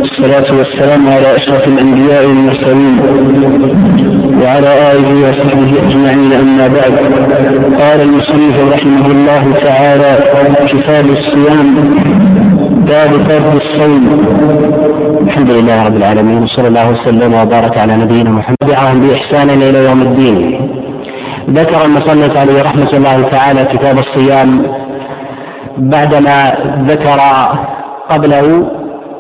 والصلاة والسلام على أشرف الأنبياء والمرسلين وعلى آله وصحبه أجمعين، أما بعد. قال المصنف رحمه الله تعالى: كتاب الصيام، باب فرض الصوم. الحمد لله رب العالمين، وصلى الله وسلم وبارك على نبينا محمد وتبعهم بإحسان إلى يوم الدين. ذكر المصنف عليه رحمة الله تعالى كتاب الصيام بعدما ذكر قبله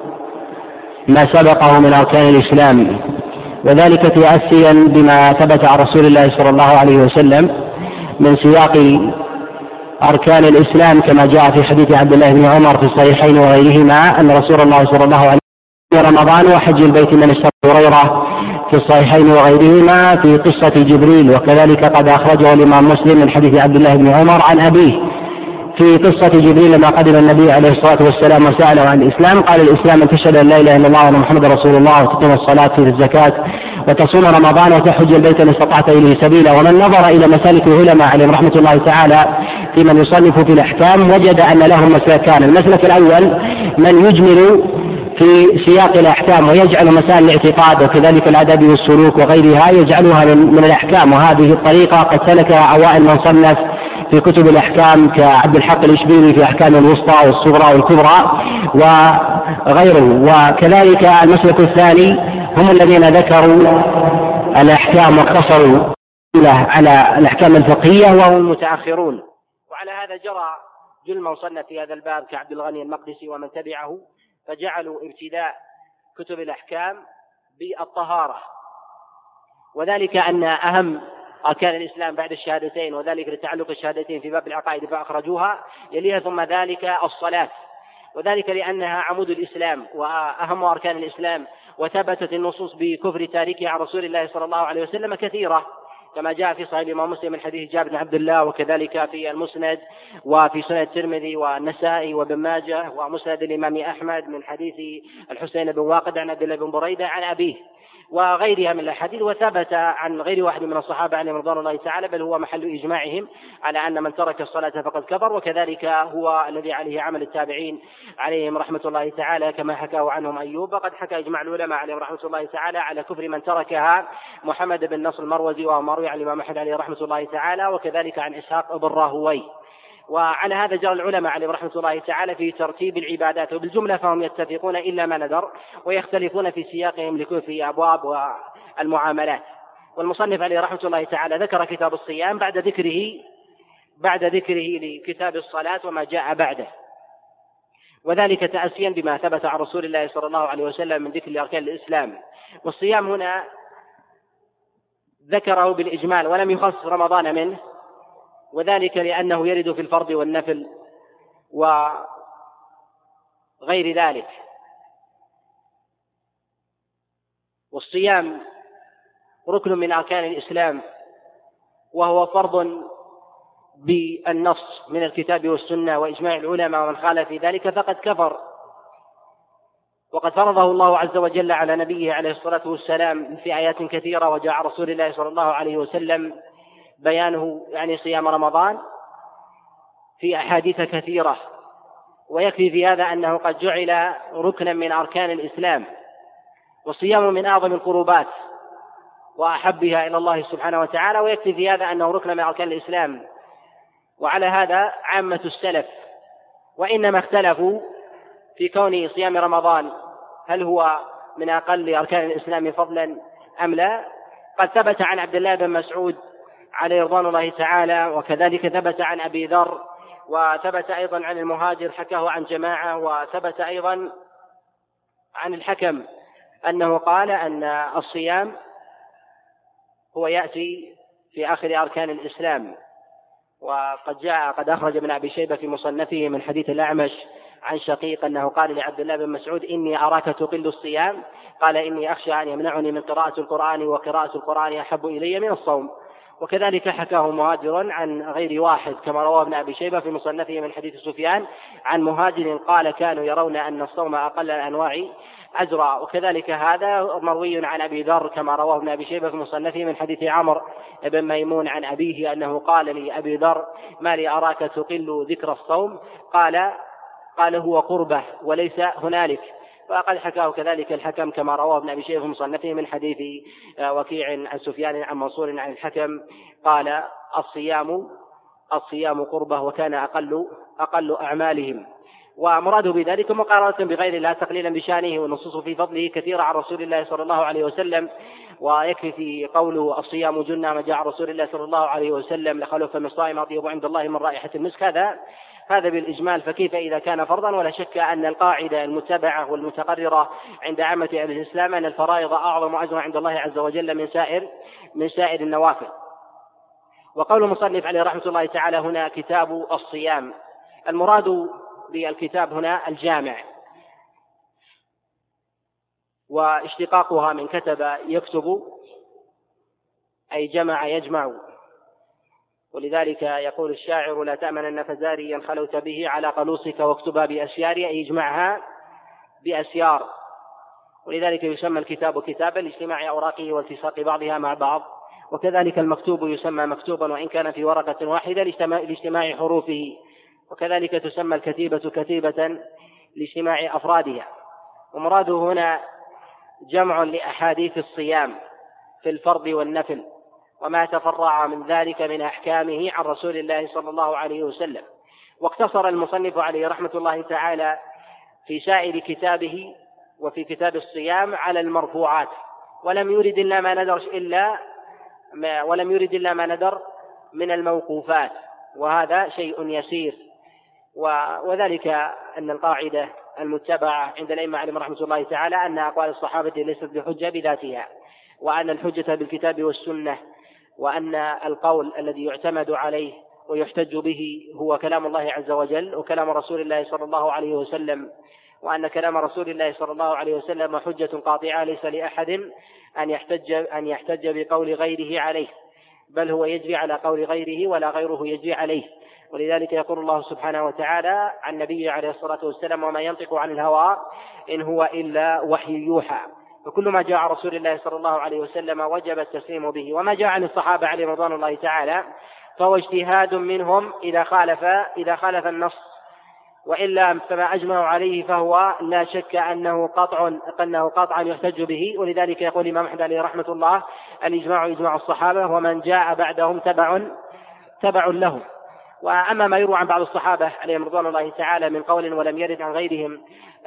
ما سبقه من أركان الإسلام، وذلك تأسيا بما ثبت عن رسول الله صلى الله عليه وسلم من سياق أركان الإسلام، كما جاء في حديث عبد الله بن عمر في الصحيحين وغيرهما أن رسول الله صلى الله عليه وسلم رمضان وحج البيت من استطاع هريرة في الصحيحين وغيرهما في قصة جبريل، وكذلك قد أخرجه الإمام مسلم من حديث عبد الله بن عمر عن أبيه في قصة جبريل لما قدم النبي عليه الصلاة والسلام وسأله عن الإسلام. قال: الإسلام أن تشهد أن لا إله إلا الله وأن محمد رسول الله، وتقيم الصلاة، وتؤتي الزكاة، وتصوم رمضان، وتحج البيت إن استطعت إليه سبيلا. ومن نظر إلى مسالك العلماء عليهم رحمة الله تعالى في من يصنف في الأحكام وجد أن لهم مسلكان. المسلك الأول من يجمل في سياق الأحكام ويجعل مسائل الاعتقاد وكذلك الأدب والسلوك وغيرها يجعلها من الأحكام، وهذه الطريقة قد سلكها أوائل من صنف في كتب الأحكام كعبد الحق الإشبيلي في أحكام الوسطى والصغرى والكبرى وغيره. وكذلك المسلك الثاني هم الذين ذكروا الأحكام واقتصروا على الأحكام الفقهية وهم المتأخرون. وعلى هذا جرى جل من صنف في هذا الباب كعبد الغني المقدسي ومن تبعه، فجعلوا ابتداء كتب الأحكام بالطهارة، وذلك أن أهم أركان الإسلام بعد الشهادتين، وذلك لتعلق الشهادتين في باب العقائد فأخرجوها، يليها ثم ذلك الصلاة، وذلك لأنها عمود الإسلام وأهم أركان الإسلام، وثبتت النصوص بكفر تاركها عن رسول الله صلى الله عليه وسلم كثيرة، كما جاء في صحيح الإمام مسلم من حديث جابر بن عبد الله، وكذلك في المسند وفي سنن الترمذي والنسائي وابن ماجه ومسند الإمام أحمد من حديث الحسين بن واقد عن عبد الله بن بريدة عن أبيه وغيرها من الأحاديث. وثبت عن غير واحد من الصحابة عليهم رضوان الله تعالى، بل هو محل إجماعهم على أن من ترك الصلاة فقد كفر، وكذلك هو الذي عليه عمل التابعين عليهم رحمة الله تعالى كما حكاه عنهم أيوب. وقد حكى إجماع العلماء عليهم رحمة الله تعالى على كفر من تركها محمد بن نصر المروزي ومروي عن الإمام أحمد عليه رحمة الله تعالى، وكذلك عن إسحاق بن راهوي. وعلى هذا جرى العلماء عليهم رحمة الله تعالى في ترتيب العبادات، وبالجملة فهم يتفقون إلا ما ندر، ويختلفون في سياقهم لكل في أبواب والمعاملات. والمصنف عليه رحمة الله تعالى ذكر كتاب الصيام بعد ذكره لكتاب الصلاة وما جاء بعده، وذلك تأسيا بما ثبت عن رسول الله صلى الله عليه وسلم من ذكر أركان الإسلام. والصيام هنا ذكره بالإجمال ولم يخص رمضان منه، وذلك لأنه يرد في الفرض والنفل وغير ذلك. والصيام ركن من أركان الإسلام، وهو فرض بالنص من الكتاب والسنة وإجماع العلماء، ومن خالف في ذلك فقد كفر. وقد فرضه الله عز وجل على نبيه عليه الصلاة والسلام في آيات كثيرة، وجاء عن رسول الله صلى الله عليه وسلم بيانه يعني صيام رمضان في أحاديث كثيرة. ويكفي في هذا أنه قد جعل ركنا من أركان الإسلام، والصيام من أعظم القربات وأحبها إلى الله سبحانه وتعالى، ويكفي في هذا أنه ركن من أركان الإسلام. وعلى هذا عامة السلف، وإنما اختلفوا في كون صيام رمضان هل هو من أقل أركان الإسلام فضلا أم لا. قد ثبت عن عبد الله بن مسعود عليه رضوان الله تعالى، وكذلك ثبت عن أبي ذر، وثبت أيضا عن المهاجر حكاه عن جماعة، وثبت أيضا عن الحكم أنه قال أن الصيام هو يأتي في آخر أركان الإسلام. وقد أخرج ابن أبي شيبة في مصنفه من حديث الأعمش عن شقيق أنه قال لعبد الله بن مسعود: إني أراك تقل الصيام، قال: إني أخشى أن يمنعني من قراءة القرآن، وقراءة القرآن أحب إلي من الصوم. وكذلك حكاه مهاجر عن غير واحد كما رواه ابن أبي شيبة في مصنفه من حديث سفيان عن مهاجر قال: كانوا يرون أن الصوم أقل الأنواع أجرا. وكذلك هذا مروي عن أبي ذر كما رواه ابن أبي شيبة في مصنفه من حديث عمرو بن ميمون عن أبيه أنه قال لأبي ذر: ما لي أراك تقل ذكر الصوم؟ قال هو قربة وليس هنالك. وقد حكاه كذلك الحكم كما رواه ابن أبي شيبة في مصنفه من حديث وكيع عن سفيان عن منصور عن الحكم قال الصيام قربة وكان أقل أعمالهم. ومراده بذلك مقارنة بغير لا تقليلا بشانه، والنصوص في فضله كثيرة عن رسول الله صلى الله عليه وسلم، ويكفي في قوله الصيام جنة ما جاء عن رسول الله صلى الله عليه وسلم لخلف من الصائم أطيب عند الله من رائحة المسك. هذا بالإجمال، فكيف إذا كان فرضا؟ ولا شك أن القاعدة المتبعة والمتقررة عند عامة أهل الإسلام أن الفرائض أعظم أجرا عند الله عز وجل من سائر النوافل. وقول المصنف عليه رحمة الله تعالى هنا كتاب الصيام، المراد بالكتاب هنا الجامع، واشتقاقها من كتب يكتب أي جمع يجمع، ولذلك يقول الشاعر لا تأمنن فزاريا خلوت به على قلوصك واكتبها بأسيار، أي يجمعها بأسيار. ولذلك يسمى الكتاب كتابا لاجتماع أوراقه والتصاق بعضها مع بعض، وكذلك المكتوب يسمى مكتوبا وإن كان في ورقة واحدة لاجتماع حروفه، وكذلك تسمى الكتيبة كتيبة لاجتماع أفرادها. ومراده هنا جمع لأحاديث الصيام في الفرض والنفل وما تفرع من ذلك من أحكامه عن رسول الله صلى الله عليه وسلم. واقتصر المصنف عليه رحمة الله تعالى في سائر كتابه وفي كتاب الصيام على المرفوعات، ولم يرد إلا ما ندر من الموقوفات، وهذا شيء يسير. وذلك أن القاعدة المتبعة عند الأئمة عليهم رحمة الله تعالى أن أقوال الصحابة ليست بحجة بذاتها، وأن الحجة بالكتاب والسنة، وأن القول الذي يعتمد عليه ويحتج به هو كلام الله عز وجل وكلام رسول الله صلى الله عليه وسلم، وأن كلام رسول الله صلى الله عليه وسلم حجة قاطعة ليس لأحد أن يحتج بقول غيره عليه، بل هو يجري على قول غيره ولا غيره يجري عليه. ولذلك يقول الله سبحانه وتعالى عن نبيه عليه الصلاة والسلام وما ينطق عن الهوى إن هو إلا وحي يوحى. فكل ما جاء عن رسول الله صلى الله عليه وسلم وجب التسليم به، وما جاء عن الصحابة عليهم رضوان الله تعالى فهو اجتهاد منهم إذا خالف النص، وإلا فما أجمعوا عليه فهو لا شك أنه قطعا يحتج به. ولذلك يقول الإمام أحمد عليه رحمة الله الإجماع إجماع الصحابة ومن جاء بعدهم تبع له. وأما ما يروى عن بعض الصحابة عليهم رضوان الله تعالى من قول ولم يرد عن غيرهم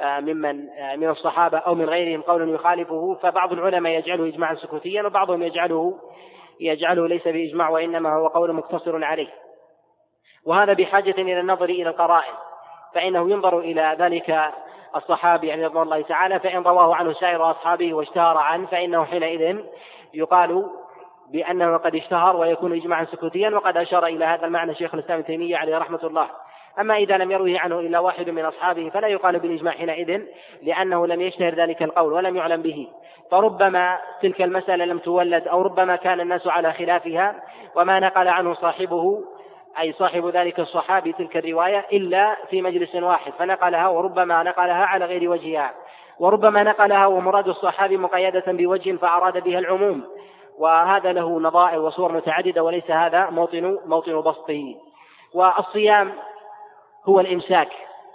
من الصحابة أو من غيرهم قول يخالفه، فبعض العلماء يجعله إجماعا سكوتيا، وبعضهم يجعله ليس بإجماع وإنما هو قول مقتصر عليه. وهذا بحاجة إلى النظر إلى القرائن، فإنه ينظر إلى ذلك الصحابي عليه رضوان الله تعالى، فإن رواه عنه سائر أصحابه واشتهر عنه فإنه حينئذ يقال بأنه قد اشتهر ويكون إجماعا سكوتيا، وقد أشار إلى هذا المعنى شيخ الإسلام ابن تيمية عليه رحمة الله. أما إذا لم يروه عنه إلا واحد من أصحابه فلا يقال بالإجماع حينئذ، لأنه لم يشتهر ذلك القول ولم يعلم به، فربما تلك المسألة لم تولد، أو ربما كان الناس على خلافها وما نقل عنه صاحبه أي صاحب ذلك الصحابي تلك الرواية إلا في مجلس واحد فنقلها، وربما نقلها على غير وجهها، وربما نقلها ومراد الصحابي مقيدة بوجه فأراد بها العموم، وهذا له نظائر وصور متعددة وليس هذا موطن بسطه. والصيام هو الإمساك،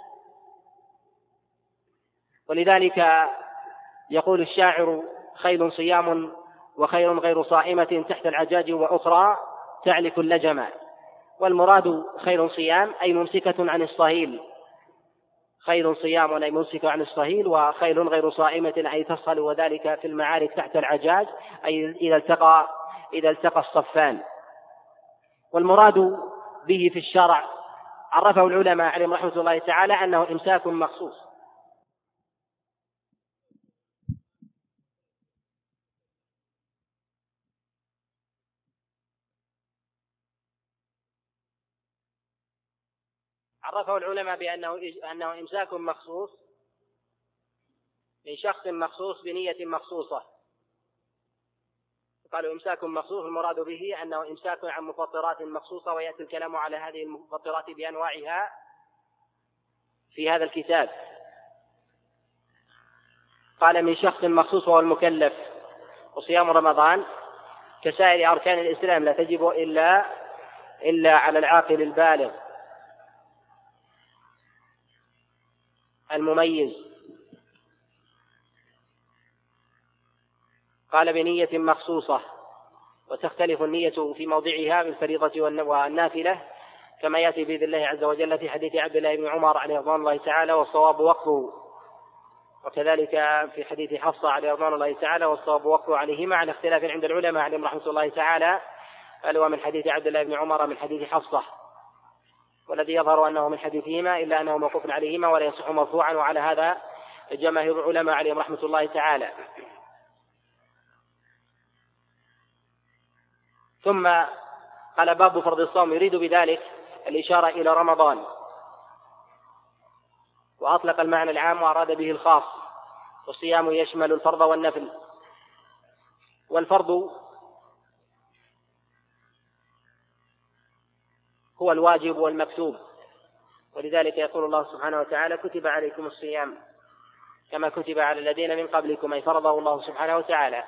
ولذلك يقول الشاعر خيل صيام وخيل غير صائمة تحت العجاج وأخرى تعلف اللجم. والمراد خيل صيام أي ممسكة عن الصهيل، خيل صيام أي ممسكة عن الصهيل، وخيل غير صائمة أي تصل، وذلك في المعارك تحت العجاج أي إذا التقى الصفان. والمراد به في الشرع عرفه العلماء عليهم رحمة الله تعالى أنه إمساك مخصوص. عرفه العلماء بأنه إمساك مخصوص من شخص مخصوص بنية مخصوصة. قالوا إمساك مخصوص المراد به أنه إمساك عن مفطرات مخصوصة، ويأتي الكلام على هذه المفطرات بأنواعها في هذا الكتاب. قال من شخص مخصوص وهو المكلف. وصيام رمضان كسائر أركان الإسلام لا تجب إلا على العاقل البالغ المميز. قال بنية مخصوصة، وتختلف النية في موضعها بالفريضة والنافلة كما يأتي بإذن الله عز وجل في حديث عبد الله بن عمر عليه رضوان الله تعالى والصواب وقفه، وكذلك في حديث حفصة عليه رضوان الله تعالى والصواب وقفه عليهما على اختلاف عند العلماء عليهم رحمة الله تعالى، هل هو من حديث عبد الله بن عمر من حديث حفصة، والذي يظهر أنه من حديثهما إلا أنه موقوف عليهما ولا يصح مرفوعا، وعلى هذا جماهير العلماء عليهم رحمة الله تعالى. ثم قال باب فرض الصوم، يريد بذلك الإشارة إلى رمضان، وأطلق المعنى العام وأراد به الخاص، والصيام يشمل الفرض والنفل. والفرض هو الواجب والمكتوب، ولذلك يقول الله سبحانه وتعالى كتب عليكم الصيام كما كتب على الذين من قبلكم، أي فرضه الله سبحانه وتعالى.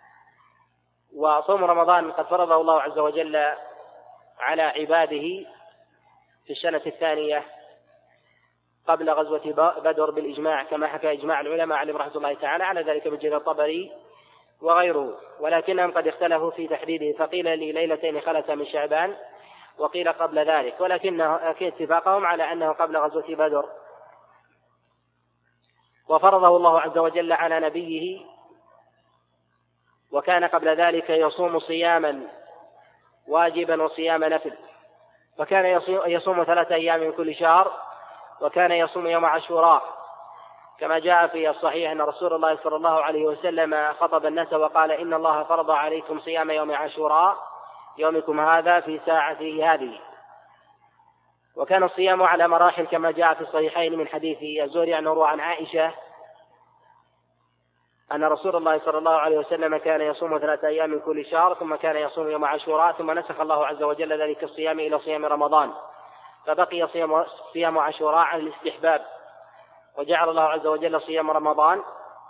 وصوم رمضان قد فرضه الله عز وجل على عباده في السنة الثانية قبل غزوة بدر بالإجماع، كما حكى إجماع العلماء عليهم رحمة الله تعالى على ذلك من جهة الطبري وغيره، ولكنهم قد اختلفوا في تحديده، فقيل لليلتين خلت من شعبان وقيل قبل ذلك، ولكن اتفاقهم على أنه قبل غزوة بدر. وفرضه الله عز وجل على نبيه، وكان قبل ذلك يصوم صياما واجبا وصيام نفل، فكان يصوم 3 أيام من كل شهر، وكان يصوم يوم عاشوراء كما جاء في الصحيح أن رسول الله صلى الله عليه وسلم خطب الناس وقال إن الله فرض عليكم صيام يوم عاشوراء يومكم هذا في ساعته هذه. وكان الصيام على مراحل كما جاء في الصحيحين من حديث الزهري عن عروة عن عائشة أن رسول الله صلى الله عليه وسلم كان يصوم 3 أيام من كل شهر، ثم كان يصوم يوم عاشوراء، ثم نسخ الله عز وجل ذلك الصيام إلى صيام رمضان، فبقي صيام عاشوراء على الاستحباب، وجعل الله عز وجل صيام رمضان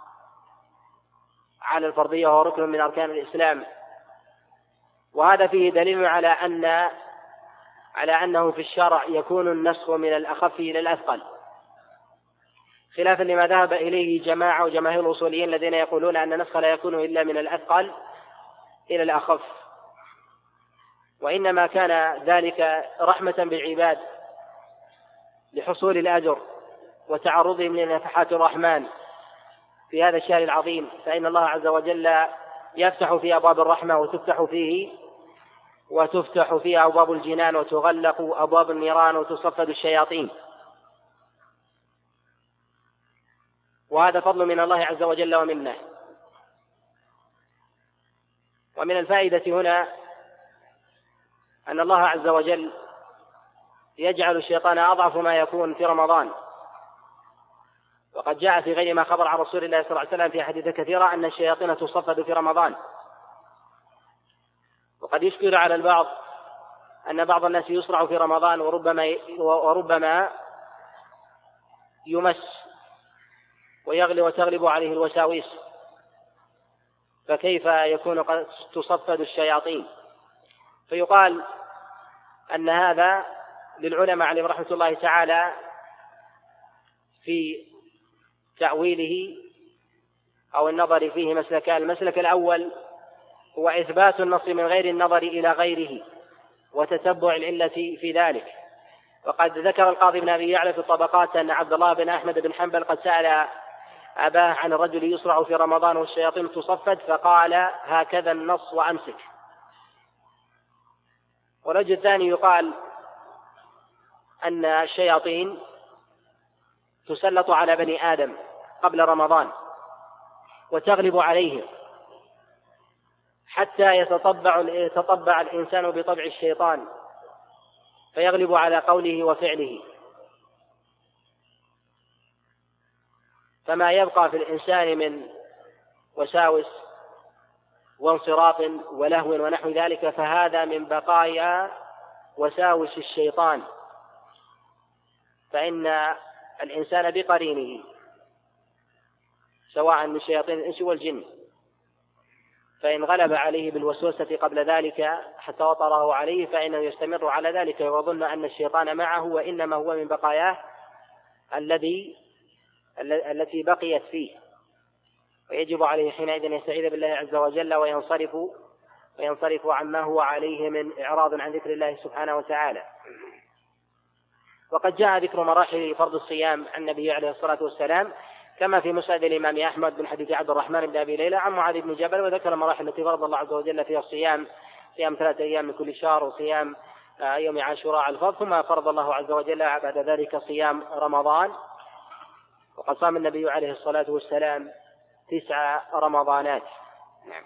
على الفرضية وهو ركن من أركان الإسلام. وهذا فيه دليل على أنه في الشرع يكون النسخ من الأخف إلى الأثقل، خلافا لما ذهب إليه جماعة وجماهير الأصوليين الذين يقولون أن النسخ لا يكون إلا من الأثقل إلى الأخف، وإنما كان ذلك رحمة بالعباد لحصول الأجر وتعرضهم لنفحات الرحمن في هذا الشهر العظيم، فإن الله عز وجل يفتح فيه أبواب الرحمة وتفتح فيه أبواب الجنان وتغلق أبواب النيران وتصفد الشياطين، وهذا فضل من الله عز وجل ومنه. ومن الفائدة هنا أن الله عز وجل يجعل الشيطان أضعف ما يكون في رمضان، وقد جاء في غير ما خبر عن رسول الله صلى الله عليه وسلم في حديث كثيرة أن الشياطين تصفد في رمضان. وقد يشكل على البعض أن بعض الناس يسرع في رمضان وربما يمس وتغلب عليه الوساوس، فكيف يكون قد تصفد الشياطين؟ فيقال أن هذا للعلماء عليهم رحمة الله تعالى في تأويله أو النظر فيه مسلكان. المسلك الأول هو إثبات النص من غير النظر إلى غيره وتتبع العلة في ذلك. وقد ذكر القاضي بن أبي يعلى في الطبقات أن عبد الله بن أحمد بن حنبل قد سأل أباه عن الرجل يسرع في رمضان والشياطين تصفد، فقال هكذا النص وأمسك. والوجه الثاني يقال أن الشياطين تسلط على بني آدم قبل رمضان وتغلب عليهم حتى يتطبع الإنسان بطبع الشيطان فيغلب على قوله وفعله، فما يبقى في الإنسان من وساوس وانصراف ولهو ونحو ذلك فهذا من بقايا وساوس الشيطان، فإن الإنسان بقرينه سواء من شياطين الإنس والجن، فإن غلب عليه بالوسوسة قبل ذلك حتى وطره عليه فإنه يستمر على ذلك ويظن أن الشيطان معه، وإنما هو من بقاياه التي بقيت فيه. فيجب عليه حينئذ أن يستعيذ بالله عز وجل وينصرف عما هو عليه من إعراض عن ذكر الله سبحانه وتعالى. وقد جاء ذكر مراحل فرض الصيام عن النبي عليه الصلاة والسلام كما في مسند الإمام أحمد من حديث عبد الرحمن بن أبي ليلى عن معاذ بن جبل، وذكر المراحل التي فرض الله عز وجل فيها الصيام، صيام 3 أيام من كل شهر، وصيام يوم عاشوراء على الفرض، ثم فرض الله عز وجل بعد ذلك صيام رمضان. وقد صام النبي عليه الصلاة والسلام 9 رمضانات. نعم.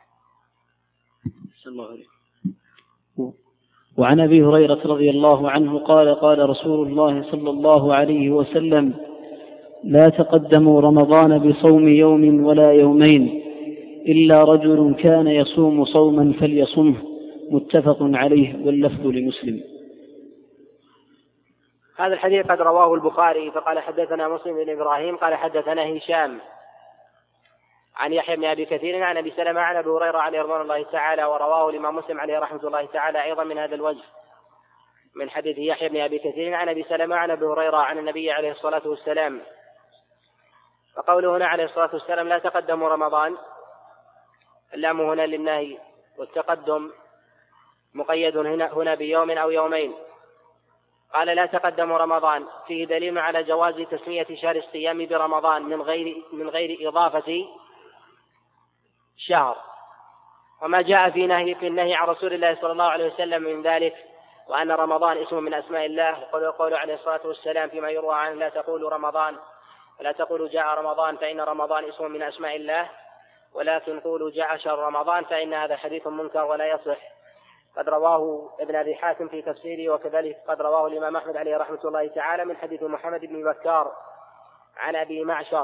وعن أبي هريرة رضي الله عنه قال قال رسول الله صلى الله عليه وسلم: لا تقدموا رمضان بصوم يوم ولا يومين إلا رجل كان يصوم صوما فليصمه، متفق عليه، واللفظ لمسلم. هذا الحديث قد رواه البخاري، فقال حدثنا مسلم بن إبراهيم قال حدثنا هشام عن يحيى بن أبي كثير عن أبي سلمة عن أبي هريرة عليه رضوان الله تعالى، ورواه الإمام مسلم عليه رحمة الله تعالى أيضا من هذا الوجه من حديث يحيى بن أبي كثير عن أبي سلمة عن أبي هريرة عن النبي عليه الصلاة والسلام. فقوله هنا عليه الصلاة والسلام لا تقدموا رمضان، اللام هنا للنهي، والتقدم مقيد هنا بيوم أو يومين. قال لا تقدموا رمضان، فيه دليل على جواز تسمية شهر الصيام برمضان من غير إضافة شهر، وما جاء في النهي عن رسول الله صلى الله عليه وسلم من ذلك، وأن رمضان اسم من أسماء الله. وقال عليه الصلاة والسلام فيما يروى عنه: لا تقولوا رمضان ولا تقولوا جاء رمضان فإن رمضان اسم من أسماء الله، ولكن قولوا جاء شهر رمضان، فإن هذا حديث منكر ولا يصح. قد رواه ابن أبي حاتم في تفسيره، وكذلك قد رواه الإمام أحمد عليه رحمة الله تعالى من حديث محمد بن بكار عن أبي معشر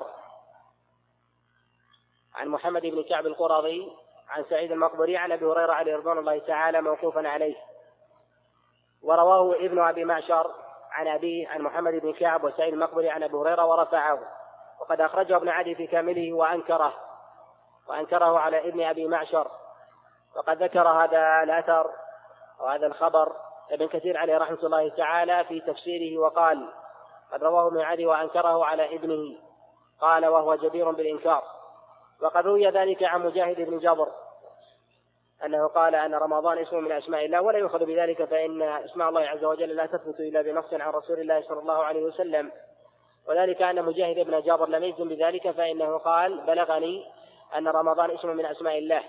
عن محمد بن كعب القرظي عن سعيد المقبري عن أبي هريرة عليه رضوان الله تعالى موقوفا عليه. ورواه ابن أبي معشر عن أبيه عن محمد بن كعب وسعيد المقبري عن أبي هريرة ورفعه، وقد أخرجه ابن عدي في كامله وأنكره على ابن أبي معشر. وقد ذكر هذا الأثر وهذا الخبر ابن كثير عليه رحمة الله تعالى في تفسيره، وقال قد رواه ابن عدي وأنكره على ابنه، قال وهو جدير بالإنكار. وقد روي ذلك عن مجاهد بن جبر أنه قال أن رمضان اسم من أسماء الله، ولا يؤخذ بذلك، فإن اسماء الله عز وجل لا تثبت إلا بنص عن رسول الله صلى الله عليه وسلم، وذلك أن مجاهد بن جبر لم يجزم بذلك، فإنه قال بلغني أن رمضان اسم من أسماء الله.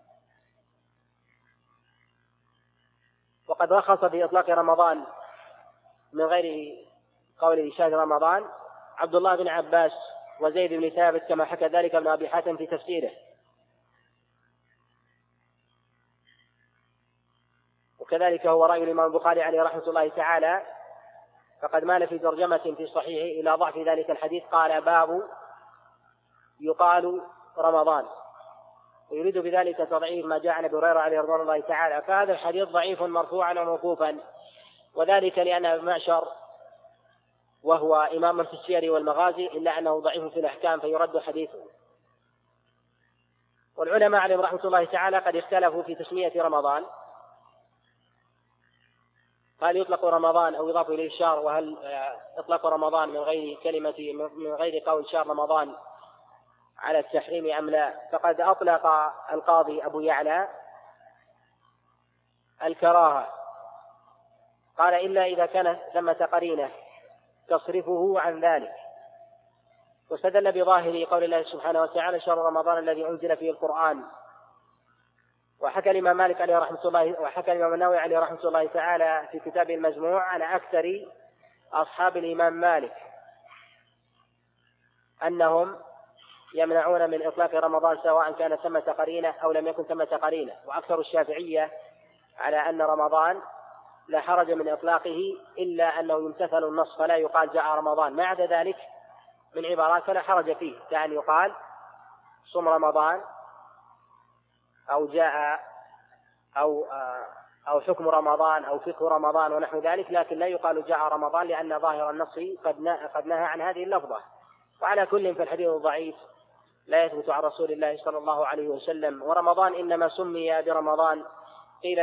وقد رخص في إطلاق رمضان من غير قوله شهر رمضان عبد الله بن عباس وزيد بن ثابت، كما حكى ذلك ابن أبي حاتم في تفسيره. وكذلك هو رأي الإمام البخاري عليه رحمة الله تعالى، فقد مال في ترجمة في صحيحه إلى ضعف ذلك الحديث، قال باب يقال رمضان، ويريد بذلك تضعيف ما جاء عن أبي هريرة عليه رضوان الله تعالى. فهذا الحديث ضعيف مرفوعا وموقوفا، وذلك لأن ابن معشر وهو إمام في السير والمغازي إلا أنه ضعيف في الأحكام فيرد حديثه. والعلماء عليهم رحمة الله تعالى قد اختلفوا في تسمية رمضان، هل يطلق رمضان أو يضاف إليه الشهر، وهل إطلاق رمضان من غير قول شهر رمضان على التحريم أم لا. فقد أطلق القاضي أبو يعلى الكراهة، قال إلا إذا كان ثمة قرينة تصرفه عن ذلك، واستدل بظاهر قول الله سبحانه وتعالى شهر رمضان الذي أنزل فيه القرآن. وحكى الإمام مالك عليه رحمة الله وحكى الإمام النووي عليه رحمة الله تعالى في كتابه المجموع عن أكثر أصحاب الإمام مالك أنهم يمنعون من إطلاق رمضان سواء كان ثمة قرينة أو لم يكن ثمة قرينة، وأكثر الشافعية على أن رمضان لا حرج من إطلاقه إلا أنه يمتثل النص فلا يقال جاء رمضان، ما عدا ذلك من عبارات فلا حرج فيه، كأن يقال صم رمضان أو جاء أو حكم رمضان أو فقه رمضان ونحو ذلك، لكن لا يقال جاء رمضان لأن ظاهر النص قد نهى عن هذه اللفظة. وعلى كل فالحديث ضعيف لا يثبت عن رسول الله صلى الله عليه وسلم. ورمضان إنما سمي برمضان قيل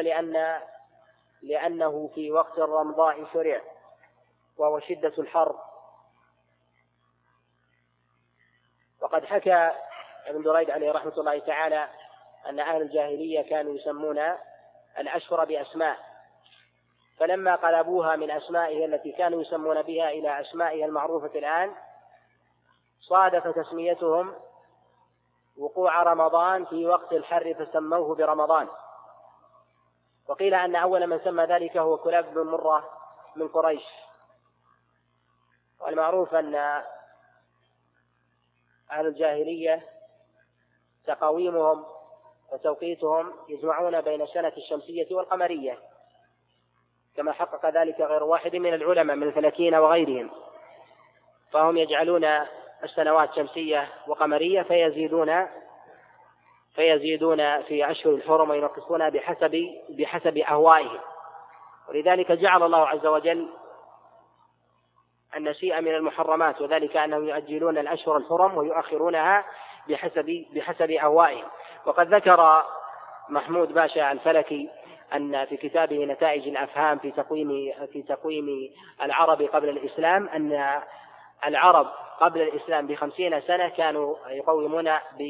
لأنه في وقت الرمضاء شرع وهو شدة الحر. وقد حكى ابن دريد عليه رحمة الله تعالى أن أهل الجاهلية كانوا يسمون الأشهر بأسماء، فلما قلبوها من أسمائها التي كانوا يسمون بها إلى أسمائها المعروفة الآن، صادف تسميتهم وقوع رمضان في وقت الحر فسموه برمضان. وقيل أن أول من سمى ذلك هو كلاب بن مرة من قريش. والمعروف أن أهل الجاهلية تقاويمهم وتوقيتهم يجمعون بين السنة الشمسية والقمرية، كما حقق ذلك غير واحد من العلماء من الفلكيين وغيرهم، فهم يجعلون السنوات شمسية وقمرية فيزيدون في أشهر الحرم وينقصون بحسب أهوائهم. ولذلك جعل الله عز وجل النسيء من المحرمات، وذلك أنهم يؤجلون الأشهر الحرم ويؤخرونها بحسب أهوائهم. وقد ذكر محمود باشا الفلكي أن في كتابه نتائج الأفهام في تقويم العرب قبل الإسلام أن العرب قبل الإسلام ب50 سنة كانوا يقومون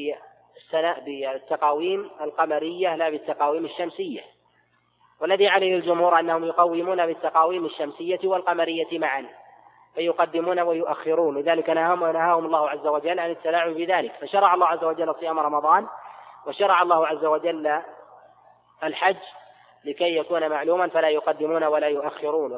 بالتقاويم القمرية لا بالتقاويم الشمسية، والذي عليه الجمهور أنهم يقومون بالتقاويم الشمسية والقمرية معا، فيقدمون ويؤخرون. لذلك نهاهم الله عز وجل عن التلاعب بذلك، فشرع الله عز وجل صيام رمضان، وشرع الله عز وجل الحج لكي يكون معلوما فلا يقدمون ولا يؤخرون،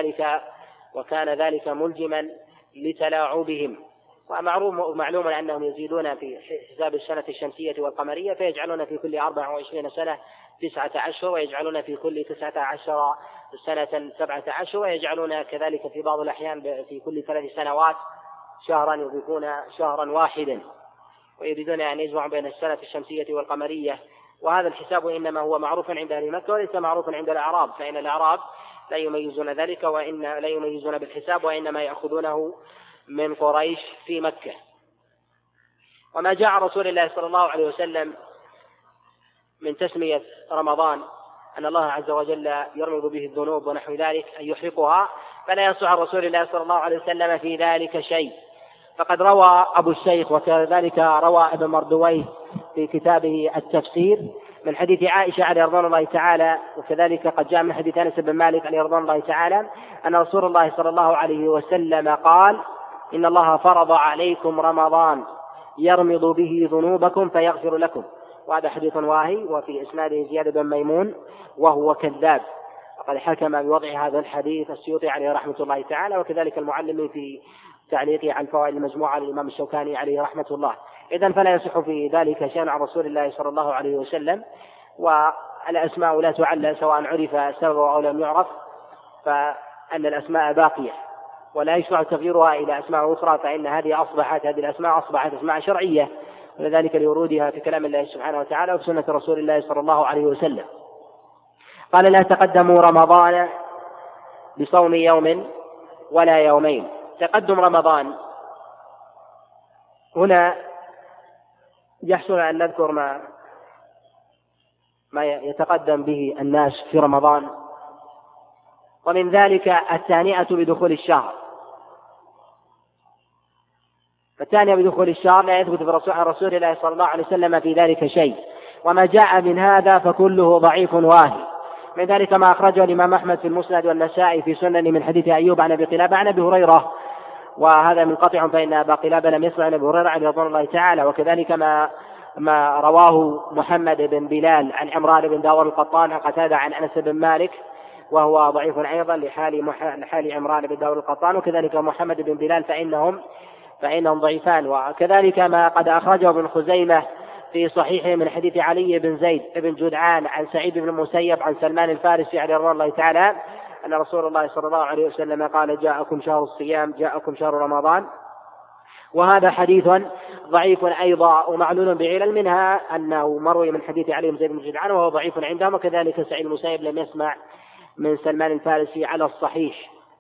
وكان ذلك ملجما لتلاعبهم. ومعلوم أنهم يزيدون في حساب السنة الشمسية والقمرية، فيجعلون في كل 24 سنة 9 أشهر، ويجعلون في كل 19 سنة 17، ويجعلون كذلك في بعض الأحيان في كل 3 سنوات شهرا يضيفون شهرا واحدا، ويريدون أن يجمعوا بين السنة الشمسية والقمرية. وهذا الحساب إنما هو معروف عند أهل مكة وليس معروف عند الأعراب، فإن الأعراب لا يميزون ذلك لا يميزون بالحساب، وإنما يأخذونه من قريش في مكة. وما جاء عن رسول الله صلى الله عليه وسلم من تسمية رمضان أن الله عز وجل يرمض به الذنوب ونحو ذلك أن يحرقها، فلا يصح عن رسول الله صلى الله عليه وسلم في ذلك شيء. فقد روى أبو الشيخ وكذلك روى ابن مردويه في كتابه التفسير من حديث عائشة عليه رضوان الله تعالى، وكذلك قد جاء من حديث أنس بن مالك عليه رضوان الله تعالى أن رسول الله صلى الله عليه وسلم قال: إن الله فرض عليكم رمضان يرمض به ذنوبكم فيغفر لكم. وهذا حديث واهي، وفي إسناده زياد بن ميمون وهو كذاب، وقد حكم بوضع هذا الحديث السيوطي عليه رحمة الله تعالى، وكذلك المعلم في تعليقه على الفوائد المجموعة للإمام الشوكاني عليه رحمة الله. إذن فلا يصح في ذلك شيء عن رسول الله صلى الله عليه وسلم. والأسماء لا تعلل سواء عرف سببه أو لم يعرف، فأن الأسماء باقية ولا يشرع تغييرها إلى أسماء أخرى، فإن هذه الأسماء أصبحت أسماء شرعية، ولذلك لورودها في كلام الله سبحانه وتعالى وفي سنة رسول الله صلى الله عليه وسلم. قال: لا تقدموا رمضان بصوم يوم ولا يومين. تقدم رمضان هنا يحسن أن نذكر ما يتقدم به الناس في رمضان، ومن ذلك التهنئة بدخول الشهر. فالتهنئة بدخول الشهر لا يثبت عن رسول الله صلى الله عليه وسلم في ذلك شيء، وما جاء من هذا فكله ضعيف واهي. من ذلك ما أخرجه الإمام أحمد في المسند والنسائي في سنن من حديث أيوب عن أبي قلابة عن أبي هريرة، وهذا منقطع، فإن أبا قلابة لم يسمع عن أبي هريرة عليه رضوان الله تعالى. وكذلك ما رواه محمد بن بلال عن عمران بن داور القطان عن قتادة عن أنس بن مالك، وهو ضعيف أيضا لحال عمران بن داور القطان، وكذلك محمد بن بلال فإنهم ضعيفان. وكذلك ما قد أخرجه ابن خزيمة في صحيحه من حديث علي بن زيد بن جدعان عن سعيد بن المسيب عن سلمان الفارسي عليه رضوان الله تعالى أن رسول الله صلى الله عليه وسلم قال: جاءكم شهر الصيام، جاءكم شهر رمضان. وهذا حديث ضعيف أيضا ومعلول بعلل، منها أنه مروي من حديث علي بن زيد بن جدعان وهو ضعيف عندهم، وكذلك سعيد المسيب لم يسمع من سلمان الفارسي على الصحيح.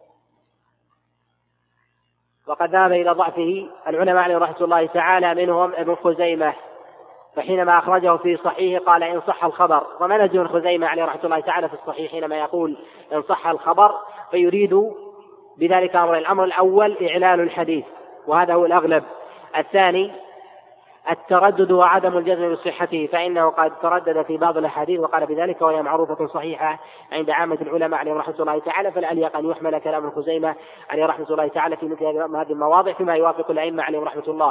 وقد ذهب إلى ضعفه العلماء عليه رحمة الله تعالى، منهم ابن خزيمة، فحينما أخرجه في صحيح قال: إن صح الخبر. ومنهج ابن خزيمة عليه رحمة الله تعالى في الصحيح حينما يقول إن صح الخبر فيريد بذلك الأمر الأول إعلال الحديث، وهذا هو الأغلب. الثاني التردد وعدم الجزم بصحته، فإنه قد تردد في بعض الأحاديث وقال بذلك، وهي معروفة صحيحة عند عامة العلماء عليهم رحمة الله تعالى، فالأليق أن يحمل كلام ابن خزيمة عليه رحمة الله تعالى في مثل هذه المواضع فيما يوافق الأئمة عليهم رحمة الله.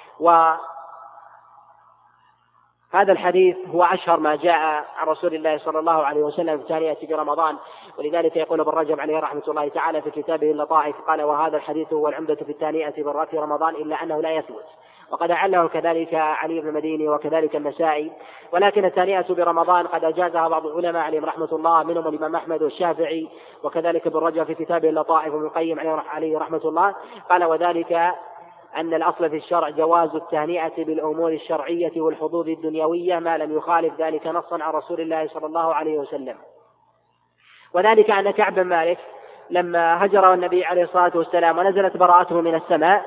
هذا الحديث هو أشهر ما جاء عن رسول الله صلى الله عليه وسلم في تهنئة برمضان، ولذلك يقول ابن رجب عليه رحمة الله تعالى في كتابه اللطائف قال: وهذا الحديث هو العمدة في التهنئة في رمضان إلا أنه لا يثبت، وقد أعله كذلك علي بن المديني وكذلك النسائي. ولكن التهنئة برمضان قد أجازها بعض العلماء عليهم رحمة الله، منهم الإمام أحمد والشافعي وكذلك ابن رجب في كتابه اللطائف، وابن القيم عليه رحمة الله قال: وذلك أن الأصل في الشرع جواز التهنئة بالأمور الشرعية والحظوظ الدنيوية ما لم يخالف ذلك نصا عن رسول الله صلى الله عليه وسلم. وذلك أن كعب بن مالك لما هجر النبي عليه الصلاة والسلام ونزلت براءته من السماء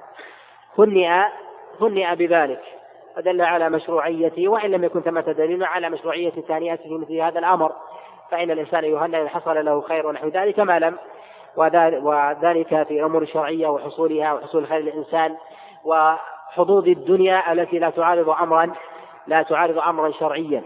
هنئ بذلك، فدل على مشروعيته، وإن لم يكن ثمة دليل على مشروعية التهنئة في مثل هذا الأمر، فإن الإنسان يهنئ إن حصل له خير ونحو ذلك ما لم، وذلك في الأمور الشرعية وحصولها وحصول خير الإنسان وحظوظ الدنيا التي لا تعارض أمرا شرعيا.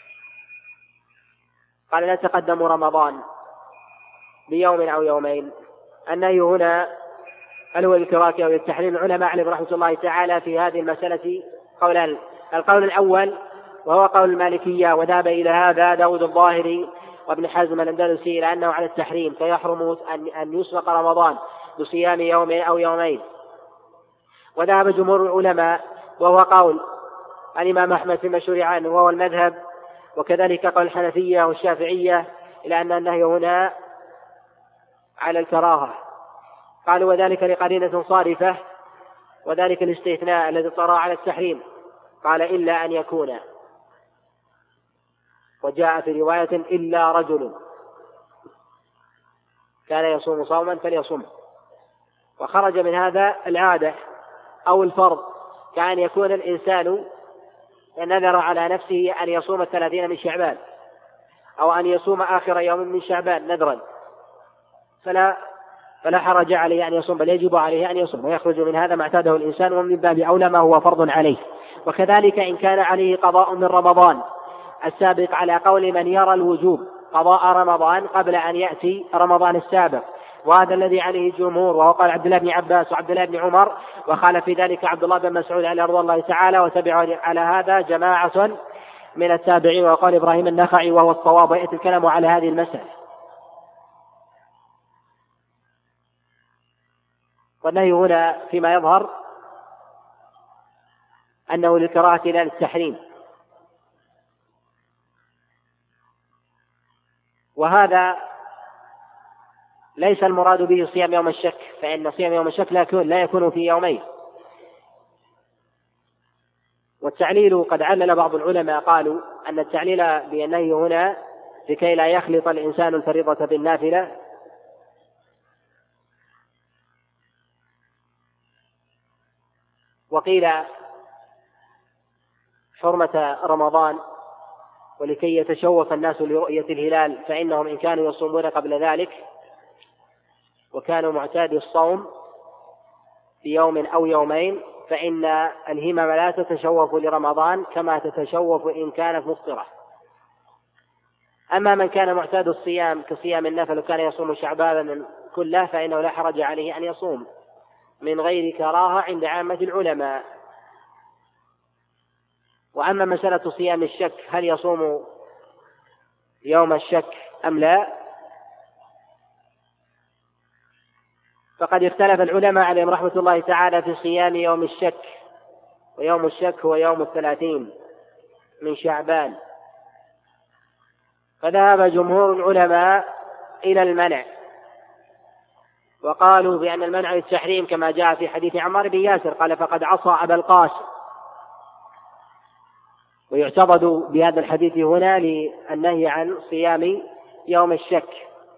قال: لا تقدموا رمضان بيوم أو يومين. النهي هنا هل هو الكراهة أو التحريم؟ العلماء عليهم رحمة الله تعالى في هذه المسألة قولان: القول الأول وهو قول المالكية، وذهب إلى هذا داود الظاهري وابن حزم الأندلسي إلى أنه على التحريم، فيحرم أن يسبق رمضان بصيام يوم أو يومين. وذهب جمهور العلماء وهو قول الإمام أحمد في المشهور عنه وهو المذهب، وكذلك قول الحنفية والشافعية، إلى أن النهي هنا على الكراهة. قالوا: وذلك لقرينة صارفة، وذلك الاستثناء الذي طرأ على التحريم. قال: إلا أن يكون، وجاء في رواية: إلا رجل كان يصوم صوما فليصوم. وخرج من هذا العادة أو الفرض، كأن يكون الإنسان نذر على نفسه أن يصوم 30 من شعبان، أو أن يصوم آخر يوم من شعبان نذرا، فلا حرج عليه أن يصوم، بل يجب عليه أن يصوم، ويخرج من هذا ما اعتاده الإنسان، ومن باب أولى ما هو فرض عليه. وكذلك إن كان عليه قضاء من رمضان السابق، على قول من يرى الوجوب قضاء رمضان قبل أن يأتي رمضان السابق، وهذا الذي عليه الجمهور، وهو قال عبد الله بن عباس وعبد الله بن عمر، وخالف في ذلك عبد الله بن مسعود عليه رضي الله تعالى، وتبع على هذا جماعة من التابعين، وقال إبراهيم النخعي وهو الصواب، ويأتي الكلام على هذه المسألة. والنهي هنا فيما يظهر أنه للكراهة لا للتحريم، وهذا ليس المراد به صيام يوم الشك، فإن صيام يوم الشك لا يكون في يومين. والتعليل قد علل بعض العلماء، قالوا أن التعليل بالنهي هنا لكي لا يخلط الإنسان الفريضة بالنافلة، وقيل حرمة رمضان ولكي يتشوف الناس لرؤية الهلال، فإنهم إن كانوا يصومون قبل ذلك وكانوا معتادي الصوم في يوم أو يومين، فإن الهمم لا تتشوف لرمضان كما تتشوف إن كانت مفطرة. أما من كان معتاد الصيام كصيام النفل وكان يصوم شعبانا كله، فإنه لا حرج عليه أن يصوم من غير كراهة عند عامة العلماء. وأما مسألة صيام الشك، هل يصوم يوم الشك أم لا، فقد اختلف العلماء عليهم رحمة الله تعالى في صيام يوم الشك، ويوم الشك هو يوم 30 من شعبان. فذهب جمهور العلماء إلى المنع، وقالوا بأن المنع للتحريم كما جاء في حديث عمار بن ياسر قال: فقد عصى أبا القاسم. ويعتضد بهذا الحديث هنا للنهي عن صيام يوم الشك.